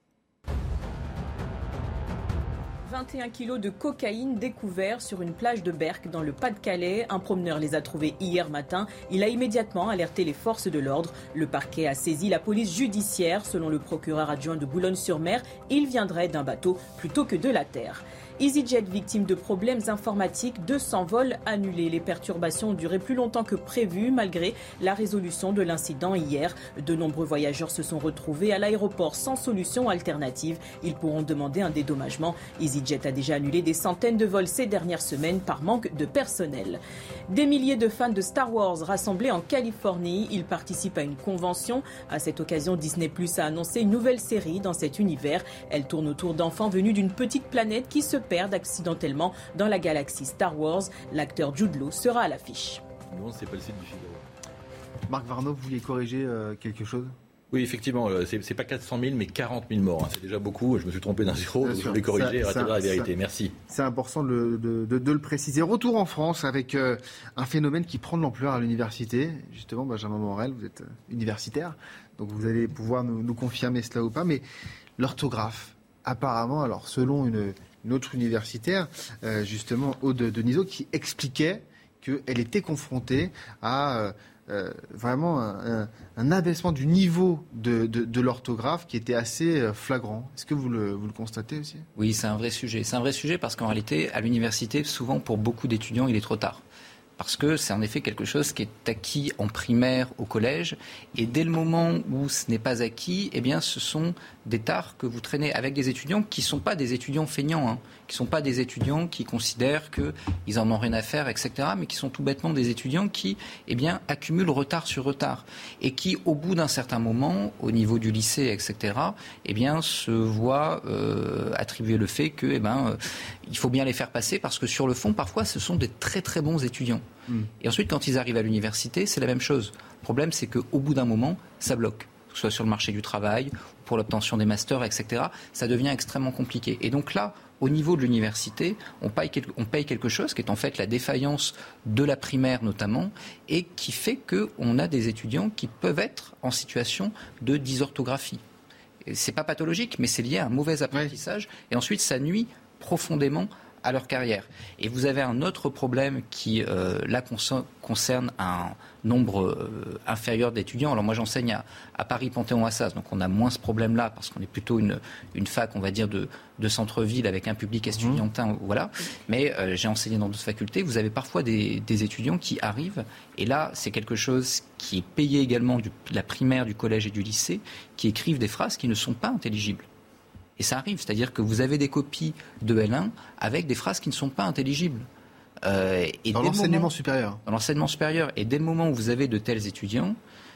21 kilos de cocaïne découverts sur une plage de Berck dans le Pas-de-Calais. Un promeneur les a trouvés hier matin. Il a immédiatement alerté les forces de l'ordre. Le parquet a saisi la police judiciaire. Selon le procureur adjoint de Boulogne-sur-Mer, il viendrait d'un bateau plutôt que de la terre. EasyJet victime de problèmes informatiques, 200 vols annulés. Les perturbations ont duré plus longtemps que prévu malgré la résolution de l'incident hier. De nombreux voyageurs se sont retrouvés à l'aéroport sans solution alternative. Ils pourront demander un dédommagement. EasyJet a déjà annulé des centaines de vols ces dernières semaines par manque de personnel. Des milliers de fans de Star Wars rassemblés en Californie. Ils participent à une convention. À cette occasion, Disney+ a annoncé une nouvelle série dans cet univers. Elle tourne autour d'enfants venus d'une petite planète qui se perdent accidentellement dans la galaxie Star Wars. L'acteur Jude Law sera à l'affiche. Non, c'est pas le site du Figaro. Marc Varnaud, vous vouliez corriger quelque chose ? Oui, effectivement, c'est pas 400 000, mais 40 000 morts. C'est déjà beaucoup. Je me suis trompé d'un zéro, donc je voulais corriger et rétablir la vérité. Merci. C'est important de le préciser. Retour en France avec un phénomène qui prend de l'ampleur à l'université. Justement, Benjamin Morel, vous êtes universitaire, donc vous allez pouvoir nous confirmer cela ou pas. Mais l'orthographe, apparemment, alors selon une autre universitaire, justement, Aude Denisot, qui expliquait qu'elle était confrontée à vraiment un abaissement du niveau de l'orthographe qui était assez flagrant. Est-ce que vous le constatez aussi ? Oui, c'est un vrai sujet. C'est un vrai sujet parce qu'en réalité, à l'université, souvent pour beaucoup d'étudiants, il est trop tard. Parce que c'est en effet quelque chose qui est acquis en primaire, au collège. Et dès le moment où ce n'est pas acquis, eh bien, ce sont des tares que vous traînez avec des étudiants qui ne sont pas des étudiants feignants, qui ne sont pas des étudiants qui considèrent qu'ils n'en ont rien à faire, etc., mais qui sont tout bêtement des étudiants qui, eh bien, accumulent retard sur retard. Et qui, au bout d'un certain moment, au niveau du lycée, etc., eh bien, se voient attribuer le fait que, il faut bien les faire passer parce que sur le fond, parfois, ce sont des très très bons étudiants. Et ensuite, quand ils arrivent à l'université, c'est la même chose. Le problème, c'est qu'au bout d'un moment, ça bloque. Que ce soit sur le marché du travail, pour l'obtention des masters, etc. Ça devient extrêmement compliqué. Et donc là, au niveau de l'université, on paye quelque chose qui est en fait la défaillance de la primaire notamment, et qui fait qu'on a des étudiants qui peuvent être en situation de dysorthographie. C'est pas pathologique, mais c'est lié à un mauvais apprentissage. Et ensuite, ça nuit profondément à leur carrière. Et vous avez un autre problème qui, là, concerne un nombre inférieur d'étudiants. Alors moi, j'enseigne à Paris Panthéon-Assas, donc on a moins ce problème-là, parce qu'on est plutôt une fac, on va dire, de centre-ville, avec un public estudiantin, voilà. Mais j'ai enseigné dans d'autres facultés. Vous avez parfois des étudiants qui arrivent, et là, c'est quelque chose qui est payé également de la primaire, du collège et du lycée, qui écrivent des phrases qui ne sont pas intelligibles. Et ça arrive, c'est-à-dire que vous avez des copies de L1 avec des phrases qui ne sont pas intelligibles. Et dans l'enseignement supérieur. Dans l'enseignement supérieur. Et dès le moment où vous avez de tels étudiants,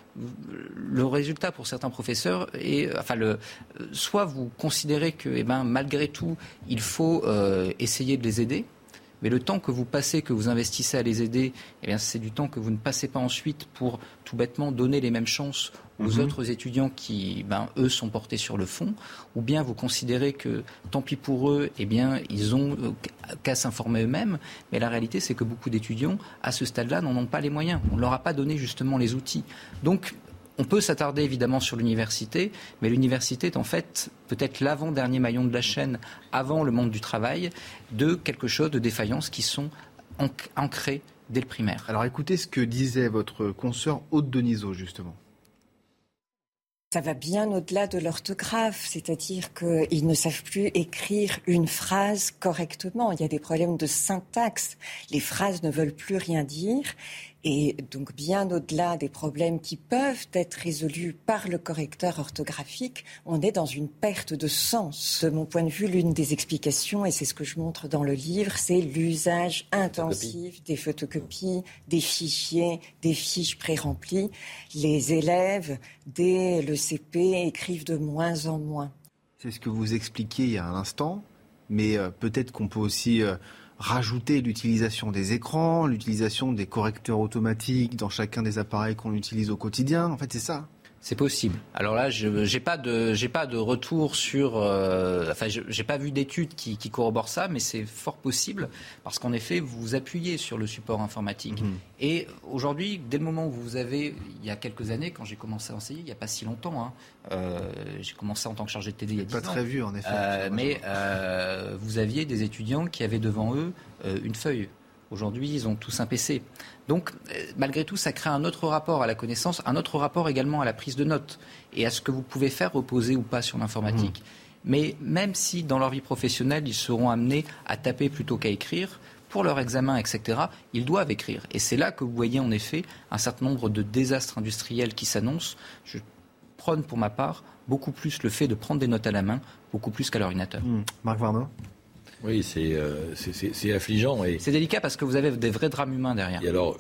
le résultat pour certains professeurs est... soit vous considérez que, malgré tout, il faut essayer de les aider, mais le temps que vous passez, que vous investissez à les aider, c'est du temps que vous ne passez pas ensuite pour, tout bêtement, donner les mêmes chances aux autres étudiants qui, eux, sont portés sur le fond, ou bien vous considérez que, tant pis pour eux, ils ont qu'à s'informer eux-mêmes, mais la réalité, c'est que beaucoup d'étudiants, à ce stade-là, n'en ont pas les moyens. On ne leur a pas donné, justement, les outils. Donc, on peut s'attarder, évidemment, sur l'université, mais l'université est, en fait, peut-être l'avant-dernier maillon de la chaîne, avant le monde du travail, de quelque chose de défaillances qui sont ancrées dès le primaire. Alors, écoutez ce que disait votre consoeur Aude Denisot, justement. Ça va bien au-delà de l'orthographe, c'est-à-dire qu'ils ne savent plus écrire une phrase correctement. Il y a des problèmes de syntaxe. Les phrases ne veulent plus rien dire. Et donc, bien au-delà des problèmes qui peuvent être résolus par le correcteur orthographique, on est dans une perte de sens. De mon point de vue, l'une des explications, et c'est ce que je montre dans le livre, c'est l'usage intensif des photocopies, des fichiers, des fiches pré-remplies. Les élèves, dès le CP, écrivent de moins en moins. C'est ce que vous expliquiez il y a un instant, mais peut-être qu'on peut aussi... rajouter l'utilisation des écrans, l'utilisation des correcteurs automatiques dans chacun des appareils qu'on utilise au quotidien. En fait, c'est ça. C'est possible. Alors là, j'ai pas de retour sur... j'ai pas vu d'études qui corroborent ça, mais c'est fort possible parce qu'en effet, vous vous appuyez sur le support informatique. Et aujourd'hui, dès le moment où vous avez... Il y a quelques années, quand j'ai commencé à enseigner, il n'y a pas si longtemps, j'ai commencé en tant que chargé de TD il y a 10 ans. Pas très vieux, en effet. Mais vous aviez des étudiants qui avaient devant eux une feuille. Aujourd'hui, ils ont tous un PC. Donc, malgré tout, ça crée un autre rapport à la connaissance, un autre rapport également à la prise de notes et à ce que vous pouvez faire reposer ou pas sur l'informatique. Mais même si, dans leur vie professionnelle, ils seront amenés à taper plutôt qu'à écrire, pour leur examen, etc., ils doivent écrire. Et c'est là que vous voyez, en effet, un certain nombre de désastres industriels qui s'annoncent. Je prône, pour ma part, beaucoup plus le fait de prendre des notes à la main, beaucoup plus qu'à l'ordinateur. Marc Varnin. Oui, c'est affligeant. Et... c'est délicat parce que vous avez des vrais drames humains derrière. Et alors,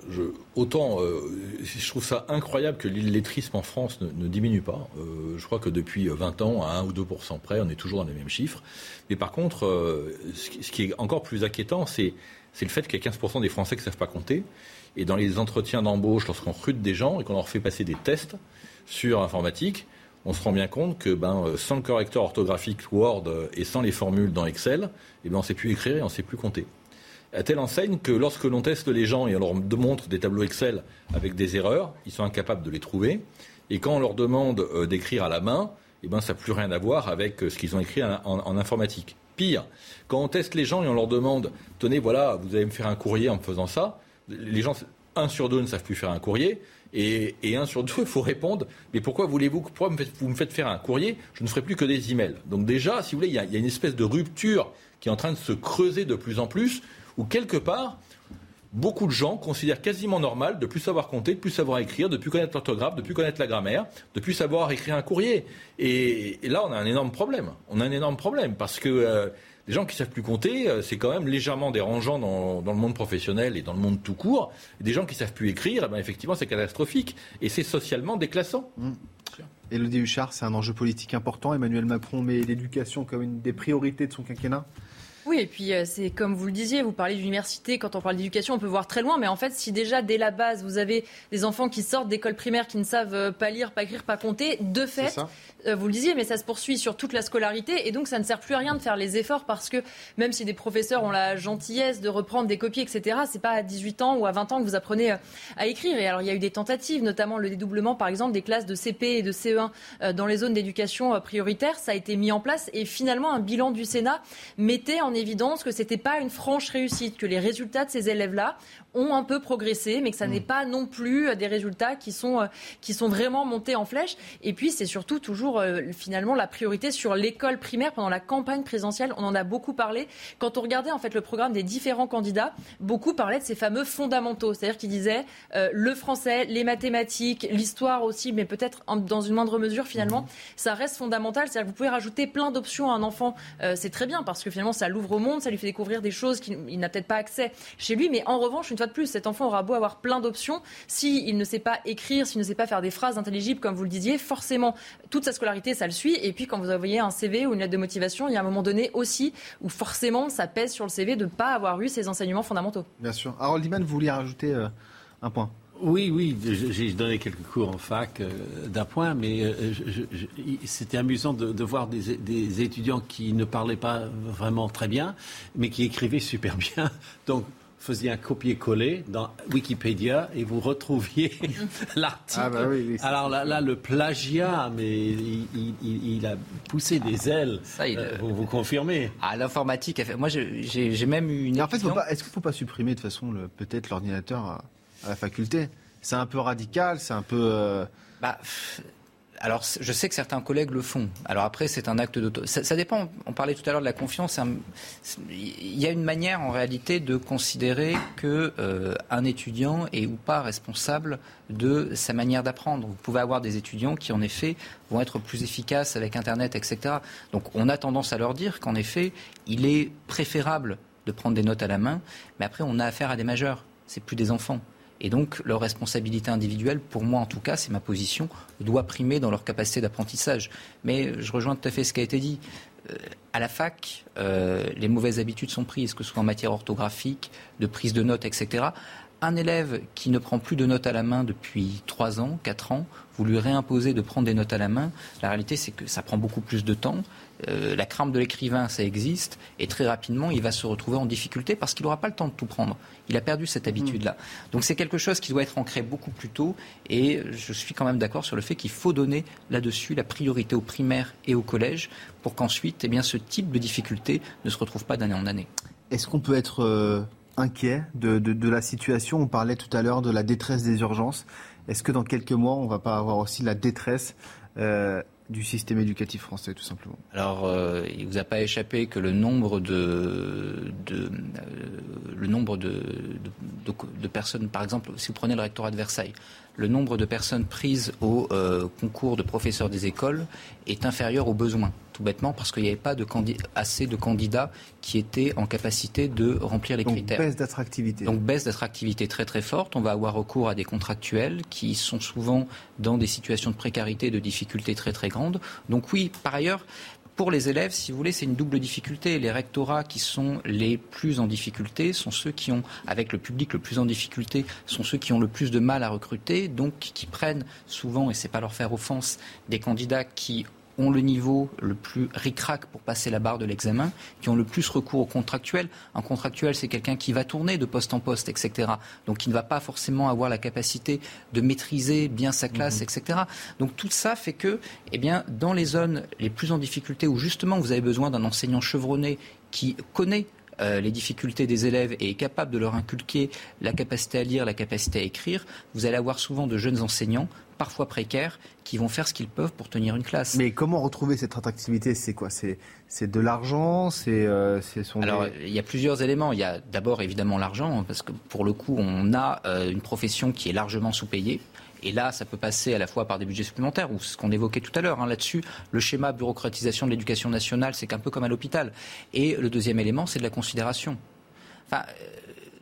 je trouve ça incroyable que l'illettrisme en France ne diminue pas. Je crois que depuis 20 ans, à 1 ou 2% près, on est toujours dans les mêmes chiffres. Mais par contre, ce qui est encore plus inquiétant, c'est le fait qu'il y a 15% des Français qui ne savent pas compter. Et dans les entretiens d'embauche, lorsqu'on recrute des gens et qu'on leur fait passer des tests sur informatique, on se rend bien compte que sans le correcteur orthographique Word et sans les formules dans Excel, on ne sait plus écrire et on ne sait plus compter. À telle enseigne que lorsque l'on teste les gens et on leur montre des tableaux Excel avec des erreurs, ils sont incapables de les trouver. Et quand on leur demande d'écrire à la main, ça n'a plus rien à voir avec ce qu'ils ont écrit en informatique. Pire, quand on teste les gens et on leur demande « Tenez, voilà, vous allez me faire un courrier en me faisant ça », les gens, 1 sur 2 ne savent plus faire un courrier. Et 1 sur 2, il faut répondre, mais pourquoi vous me faites faire un courrier? Je ne ferai plus que des emails. Donc déjà, si vous voulez, il y a une espèce de rupture qui est en train de se creuser de plus en plus, où quelque part, beaucoup de gens considèrent quasiment normal de plus savoir compter, de plus savoir écrire, de plus connaître l'orthographe, de plus connaître la grammaire, de plus savoir écrire un courrier. Et là, on a un énorme problème. Parce que les gens qui ne savent plus compter, c'est quand même légèrement dérangeant dans le monde professionnel et dans le monde tout court. Et des gens qui ne savent plus écrire, effectivement, c'est catastrophique. Et c'est socialement déclassant. Élodie Huchard, c'est un enjeu politique important. Emmanuel Macron met l'éducation comme une des priorités de son quinquennat. Oui, et puis c'est comme vous le disiez, vous parlez d'université, quand on parle d'éducation, on peut voir très loin, mais en fait, si déjà dès la base, vous avez des enfants qui sortent d'école primaire, qui ne savent pas lire, pas écrire, pas compter, de fait, vous le disiez, mais ça se poursuit sur toute la scolarité, et donc ça ne sert plus à rien de faire les efforts, parce que même si des professeurs ont la gentillesse de reprendre des copies, etc., c'est pas à 18 ans ou à 20 ans que vous apprenez à écrire. Et alors, il y a eu des tentatives, notamment le dédoublement, par exemple, des classes de CP et de CE1 dans les zones d'éducation prioritaire. Ça a été mis en place, et finalement, un bilan du Sénat mettait en évidence que c'était pas une franche réussite, que les résultats de ces élèves-là ont un peu progressé, mais que ça n'est pas non plus des résultats qui sont vraiment montés en flèche. Et puis, c'est surtout toujours, finalement, la priorité sur l'école primaire. Pendant la campagne présidentielle, on en a beaucoup parlé. Quand on regardait, en fait, le programme des différents candidats, beaucoup parlaient de ces fameux fondamentaux. C'est-à-dire qu'ils disaient le français, les mathématiques, l'histoire aussi, mais peut-être dans une moindre mesure, finalement, ça reste fondamental. C'est-à-dire que vous pouvez rajouter plein d'options à un enfant. C'est très bien, parce que finalement, ça l'ouvre au monde, ça lui fait découvrir des choses qu'il n'a peut-être pas accès chez lui. Mais en revanche, une fois de plus, cet enfant aura beau avoir plein d'options. S'il ne sait pas écrire, s'il ne sait pas faire des phrases intelligibles, comme vous le disiez, forcément, toute sa scolarité, ça le suit. Et puis, quand vous envoyez un CV ou une lettre de motivation, il y a un moment donné aussi où forcément, ça pèse sur le CV de ne pas avoir eu ces enseignements fondamentaux. Bien sûr. Harold Iman, vous vouliez rajouter un point ? Oui, j'ai donné quelques cours en fac d'un point, mais c'était amusant de voir des étudiants qui ne parlaient pas vraiment très bien, mais qui écrivaient super bien. Donc, vous faisiez un copier-coller dans Wikipédia et vous retrouviez l'article. Ah bah oui, alors là, le plagiat, mais il a poussé des ailes. Ça, vous confirmez. Ah, l'informatique, moi j'ai même eu une. En fait, est-ce qu'il ne faut pas supprimer de toute façon peut-être l'ordinateur à la faculté ? C'est un peu radical, c'est un peu... Alors, je sais que certains collègues le font. Alors après, c'est un acte d'auto... Ça dépend, on parlait tout à l'heure de la confiance. Il y a une manière, en réalité, de considérer qu'un étudiant est ou pas responsable de sa manière d'apprendre. Vous pouvez avoir des étudiants qui, en effet, vont être plus efficaces avec Internet, etc. Donc, on a tendance à leur dire qu'en effet, il est préférable de prendre des notes à la main, mais après, on a affaire à des majeurs. C'est plus des enfants. Et donc, leur responsabilité individuelle, pour moi en tout cas, c'est ma position, doit primer dans leur capacité d'apprentissage. Mais je rejoins tout à fait ce qui a été dit. À la fac, les mauvaises habitudes sont prises, que ce soit en matière orthographique, de prise de notes, etc. Un élève qui ne prend plus de notes à la main depuis 3 ans, 4 ans, vous lui réimposez de prendre des notes à la main. La réalité, c'est que ça prend beaucoup plus de temps. La crainte de l'écrivain, ça existe. Et très rapidement, il va se retrouver en difficulté parce qu'il n'aura pas le temps de tout prendre. Il a perdu cette habitude-là. Donc c'est quelque chose qui doit être ancré beaucoup plus tôt. Et je suis quand même d'accord sur le fait qu'il faut donner là-dessus la priorité au primaire et au collège pour qu'ensuite, ce type de difficulté ne se retrouve pas d'année en année. Est-ce qu'on peut être inquiet de la situation ? On parlait tout à l'heure de la détresse des urgences. Est-ce que dans quelques mois, on ne va pas avoir aussi la détresse du système éducatif français, tout simplement? Alors, il ne vous a pas échappé que le nombre de personnes, par exemple, si vous prenez le rectorat de Versailles, le nombre de personnes prises au concours de professeurs des écoles est inférieur aux besoins, tout bêtement parce qu'il n'y avait pas assez de candidats qui étaient en capacité de remplir les critères. Donc baisse d'attractivité. Donc baisse d'attractivité très très forte. On va avoir recours à des contractuels qui sont souvent dans des situations de précarité et de difficultés très très grandes. Donc oui, par ailleurs, pour les élèves, si vous voulez, c'est une double difficulté. Les rectorats qui sont les plus en difficulté sont ceux qui ont, avec le public le plus en difficulté, sont ceux qui ont le plus de mal à recruter, donc qui prennent souvent, et c'est pas leur faire offense, des candidats qui ont le niveau le plus ric-rac pour passer la barre de l'examen, qui ont le plus recours aux contractuels. Un contractuel, c'est quelqu'un qui va tourner de poste en poste, etc. Donc qui ne va pas forcément avoir la capacité de maîtriser bien sa classe, etc. Donc tout ça fait que, dans les zones les plus en difficulté, où justement vous avez besoin d'un enseignant chevronné qui connaît les difficultés des élèves et est capable de leur inculquer la capacité à lire, la capacité à écrire, vous allez avoir souvent de jeunes enseignants, parfois précaires, qui vont faire ce qu'ils peuvent pour tenir une classe. Mais comment retrouver cette attractivité ? C'est quoi ? C'est de l'argent ? Alors, il y a plusieurs éléments. Il y a d'abord évidemment l'argent, parce que pour le coup, on a une profession qui est largement sous-payée. Et là, ça peut passer à la fois par des budgets supplémentaires, ou ce qu'on évoquait tout à l'heure. Là-dessus, le schéma bureaucratisation de l'éducation nationale, c'est un peu comme à l'hôpital. Et le deuxième élément, c'est de la considération.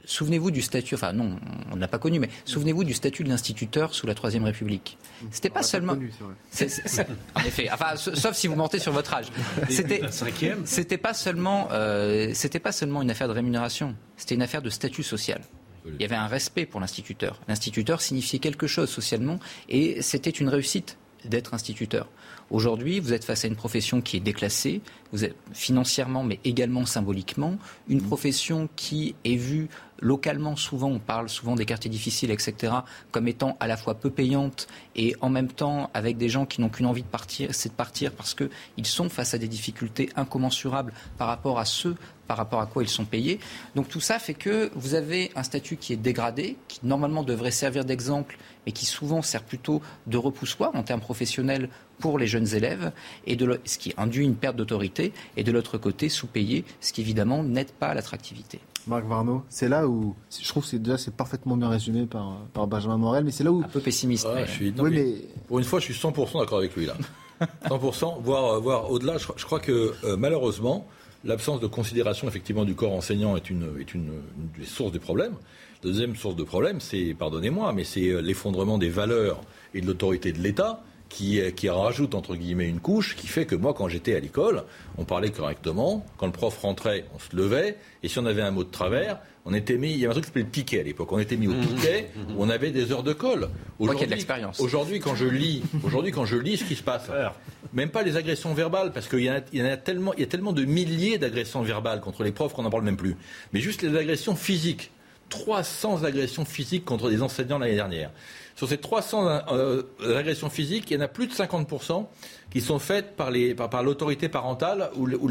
souvenez-vous du statut, enfin non, on ne l'a pas connu, mais souvenez-vous du statut de l'instituteur sous la Troisième République. C'était pas seulement... Connu, c'est vrai. En effet, enfin, sauf si vous mentez sur votre âge. C'était pas seulement une affaire de rémunération, c'était une affaire de statut social. Il y avait un respect pour l'instituteur. L'instituteur signifiait quelque chose socialement et c'était une réussite d'être instituteur. Aujourd'hui, vous êtes face à une profession qui est déclassée, vous êtes financièrement mais également symboliquement, une profession qui est vue localement souvent, on parle souvent des quartiers difficiles, etc., comme étant à la fois peu payante et en même temps avec des gens qui n'ont qu'une envie de partir, c'est de partir parce qu'ils sont face à des difficultés incommensurables par rapport à quoi ils sont payés. Donc tout ça fait que vous avez un statut qui est dégradé, qui normalement devrait servir d'exemple, mais qui souvent sert plutôt de repoussoir en termes professionnels pour les jeunes élèves, ce qui induit une perte d'autorité, et de l'autre côté, sous-payé, ce qui évidemment n'aide pas à l'attractivité. Marc Varnaud, c'est là où je trouve que c'est parfaitement bien résumé par Benjamin Morel, mais c'est là où... Un peu pessimiste. Pour une fois, je suis 100% d'accord avec lui là. 100%, voire au-delà. Je crois que malheureusement, l'absence de considération effectivement du corps enseignant est une des sources des problèmes. La deuxième source de problème, c'est, pardonnez-moi, mais c'est l'effondrement des valeurs et de l'autorité de l'État qui rajoute, entre guillemets, une couche qui fait que moi, quand j'étais à l'école, on parlait correctement. Quand le prof rentrait, on se levait. Et si on avait un mot de travers, on était mis... Il y avait un truc qui s'appelait le piquet à l'époque. On était mis au piquet où on avait des heures de colle. Moi qui ai de l'expérience. Aujourd'hui, quand je lis ce qui se passe, même pas les agressions verbales, parce qu'il y a tellement de milliers d'agressions verbales contre les profs qu'on n'en parle même plus. Mais juste les agressions physiques. 300 agressions physiques contre des enseignants l'année dernière. Sur ces 300 agressions physiques, il y en a plus de 50% qui sont faites par l'autorité parentale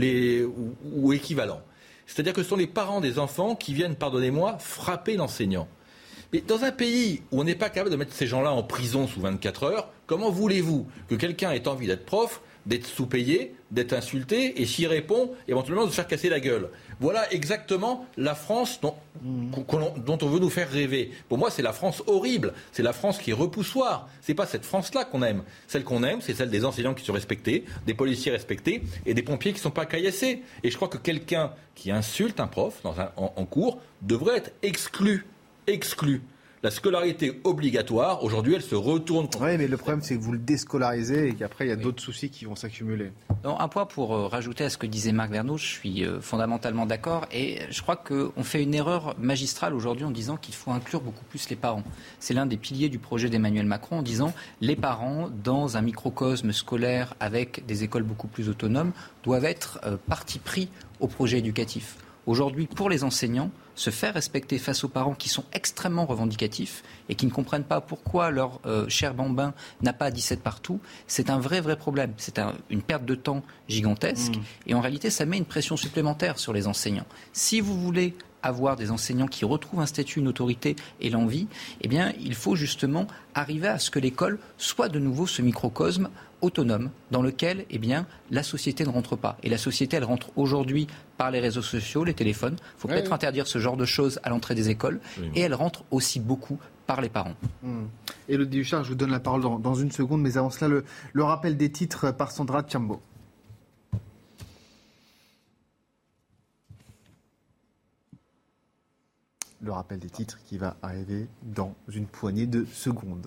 ou équivalent. C'est-à-dire que ce sont les parents des enfants qui viennent, pardonnez-moi, frapper l'enseignant. Mais dans un pays où on n'est pas capable de mettre ces gens-là en prison sous 24 heures, comment voulez-vous que quelqu'un ait envie d'être prof, d'être sous-payé, d'être insulté, et s'il répond, éventuellement de se faire casser la gueule? Voilà exactement la France dont on veut nous faire rêver. Pour moi, c'est la France horrible. C'est la France qui est repoussoire. C'est pas cette France-là qu'on aime. Celle qu'on aime, c'est celle des enseignants qui sont respectés, des policiers respectés et des pompiers qui ne sont pas caillassés. Et je crois que quelqu'un qui insulte un prof en cours devrait être exclu. La scolarité obligatoire, aujourd'hui, elle se retourne contre... Oui, mais le problème, c'est que vous le déscolarisez et qu'après, il y a d'autres soucis qui vont s'accumuler. Non, un point pour rajouter à ce que disait Marc Varnaud, je suis fondamentalement d'accord. Et je crois qu'on fait une erreur magistrale aujourd'hui en disant qu'il faut inclure beaucoup plus les parents. C'est l'un des piliers du projet d'Emmanuel Macron en disant les parents, dans un microcosme scolaire avec des écoles beaucoup plus autonomes, doivent être partie pris au projet éducatif. Aujourd'hui, pour les enseignants, se faire respecter face aux parents qui sont extrêmement revendicatifs et qui ne comprennent pas pourquoi leur cher bambin n'a pas 17 partout, c'est un vrai problème. C'est une perte de temps gigantesque et en réalité, ça met une pression supplémentaire sur les enseignants. Si vous voulez avoir des enseignants qui retrouvent un statut, une autorité et l'envie, eh bien, il faut justement arriver à ce que l'école soit de nouveau ce microcosme autonome dans lequel eh bien, la société ne rentre pas. Et la société, elle rentre aujourd'hui par les réseaux sociaux, les téléphones. Il faut peut-être interdire ce genre de choses à l'entrée des écoles. Et elle rentre aussi beaucoup par les parents. Élodie Huchard, je vous donne la parole dans une seconde, mais avant cela, le rappel des titres par Sandra Tchambo. Le rappel des titres qui va arriver dans une poignée de secondes.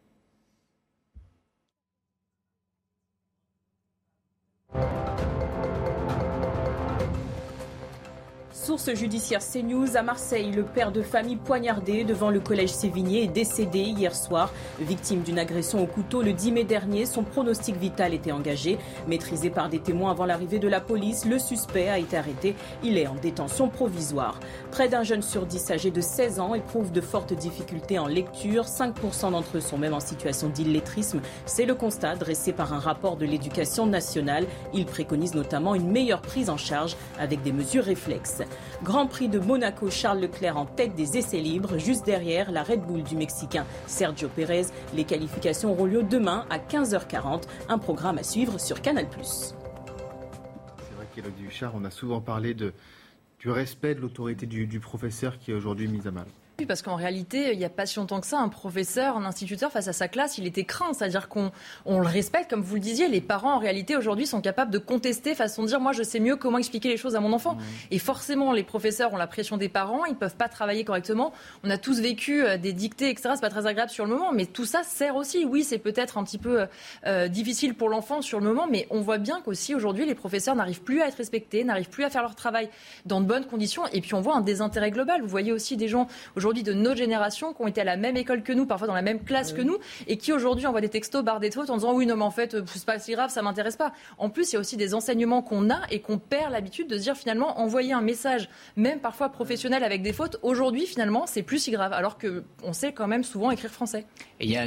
Source judiciaire CNews, à Marseille, le père de famille poignardé devant le collège Sévigné est décédé hier soir. Victime d'une agression au couteau le 10 mai dernier, son pronostic vital était engagé. Maîtrisé par des témoins avant l'arrivée de la police, le suspect a été arrêté. Il est en détention provisoire. Près d'un jeune sur 10 âgé de 16 ans éprouve de fortes difficultés en lecture. 5% d'entre eux sont même en situation d'illettrisme. C'est le constat dressé par un rapport de l'Éducation nationale. Il préconise notamment une meilleure prise en charge avec des mesures réflexes. Grand Prix de Monaco, Charles Leclerc en tête des essais libres, juste derrière la Red Bull du Mexicain Sergio Pérez. Les qualifications auront lieu demain à 15h40, un programme à suivre sur Canal+. C'est vrai qu'Élodie Huchard, on a souvent parlé du respect de l'autorité du professeur qui est aujourd'hui mise à mal. Oui, parce qu'en réalité, il n'y a pas si longtemps que ça, un professeur, un instituteur face à sa classe, il était craint. C'est-à-dire qu'on le respecte, comme vous le disiez. Les parents, en réalité, aujourd'hui, sont capables de contester, façon de dire, moi, je sais mieux comment expliquer les choses à mon enfant. Et forcément, les professeurs ont la pression des parents, ils ne peuvent pas travailler correctement. On a tous vécu des dictées, etc. C'est pas très agréable sur le moment, mais tout ça sert aussi. Oui, c'est peut-être un petit peu difficile pour l'enfant sur le moment, mais on voit bien qu'aussi, aujourd'hui, les professeurs n'arrivent plus à être respectés, n'arrivent plus à faire leur travail dans de bonnes conditions. Et puis, on voit un désintérêt global. Vous voyez aussi des gens, aujourd'hui, de notre génération qui ont été à la même école que nous, parfois dans la même classe que nous, et qui aujourd'hui envoient des textos barre des fautes en disant oui, non, mais en fait, c'est pas si grave, ça m'intéresse pas. En plus, il y a aussi des enseignements qu'on a et qu'on perd l'habitude de se dire finalement, envoyer un message, même parfois professionnel avec des fautes, aujourd'hui, finalement, c'est plus si grave, alors qu'on sait quand même souvent écrire français. Et il y a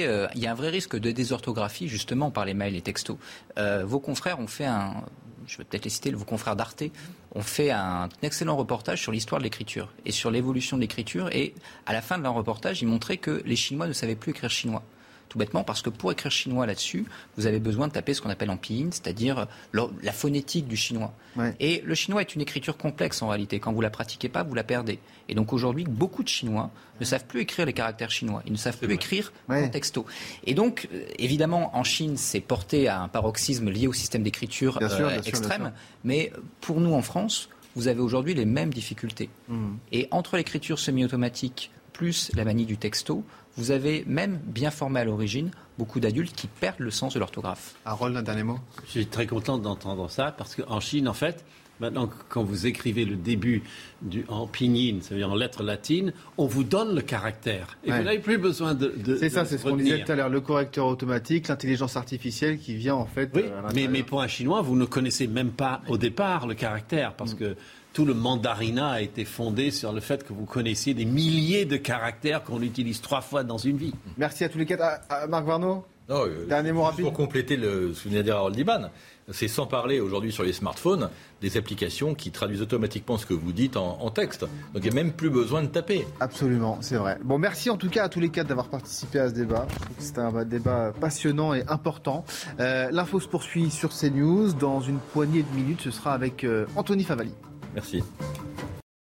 un vrai risque de désorthographie, justement, par les mails et textos. Vos confrères ont fait je vais peut-être les citer, vos confrères d'Arte ont fait un excellent reportage sur l'histoire de l'écriture et sur l'évolution de l'écriture. Et à la fin de leur reportage, ils montraient que les Chinois ne savaient plus écrire chinois. Tout bêtement, parce que pour écrire chinois là-dessus, vous avez besoin de taper ce qu'on appelle en pinyin, c'est-à-dire la phonétique du chinois. Ouais. Et le chinois est une écriture complexe en réalité. Quand vous la pratiquez pas, vous la perdez. Et donc aujourd'hui, beaucoup de Chinois ne savent plus écrire les caractères chinois. Ils ne savent plus écrire en texto. Et donc, évidemment, en Chine, c'est porté à un paroxysme lié au système d'écriture extrême. Bien sûr. Mais pour nous, en France, vous avez aujourd'hui les mêmes difficultés. Et entre l'écriture semi-automatique plus la manie du texto, vous avez même bien formé à l'origine beaucoup d'adultes qui perdent le sens de l'orthographe. Harold, un dernier mot. Je suis très content d'entendre ça parce qu'en Chine, en fait, maintenant, quand vous écrivez le début en pinyin, c'est-à-dire en lettres latines, on vous donne le caractère. Et vous n'avez plus besoin de c'est ça, c'est ce qu'on disait tout à l'heure, le correcteur automatique, l'intelligence artificielle qui vient en fait... Oui, mais pour un Chinois, vous ne connaissez même pas au départ le caractère parce que tout le mandarinat a été fondé sur le fait que vous connaissiez des milliers de caractères qu'on utilise 3 fois dans une vie. Merci à tous les quatre. Marc Varnaud, dernier mot rapide. Pour compléter ce que venait de dire Harold Iman, c'est sans parler aujourd'hui sur les smartphones des applications qui traduisent automatiquement ce que vous dites en texte. Donc il n'y a même plus besoin de taper. Absolument, c'est vrai. Bon, merci en tout cas à tous les quatre d'avoir participé à ce débat. Je trouve que c'était un débat passionnant et important. L'info se poursuit sur CNews. Dans une poignée de minutes, ce sera avec Anthony Favali. Merci.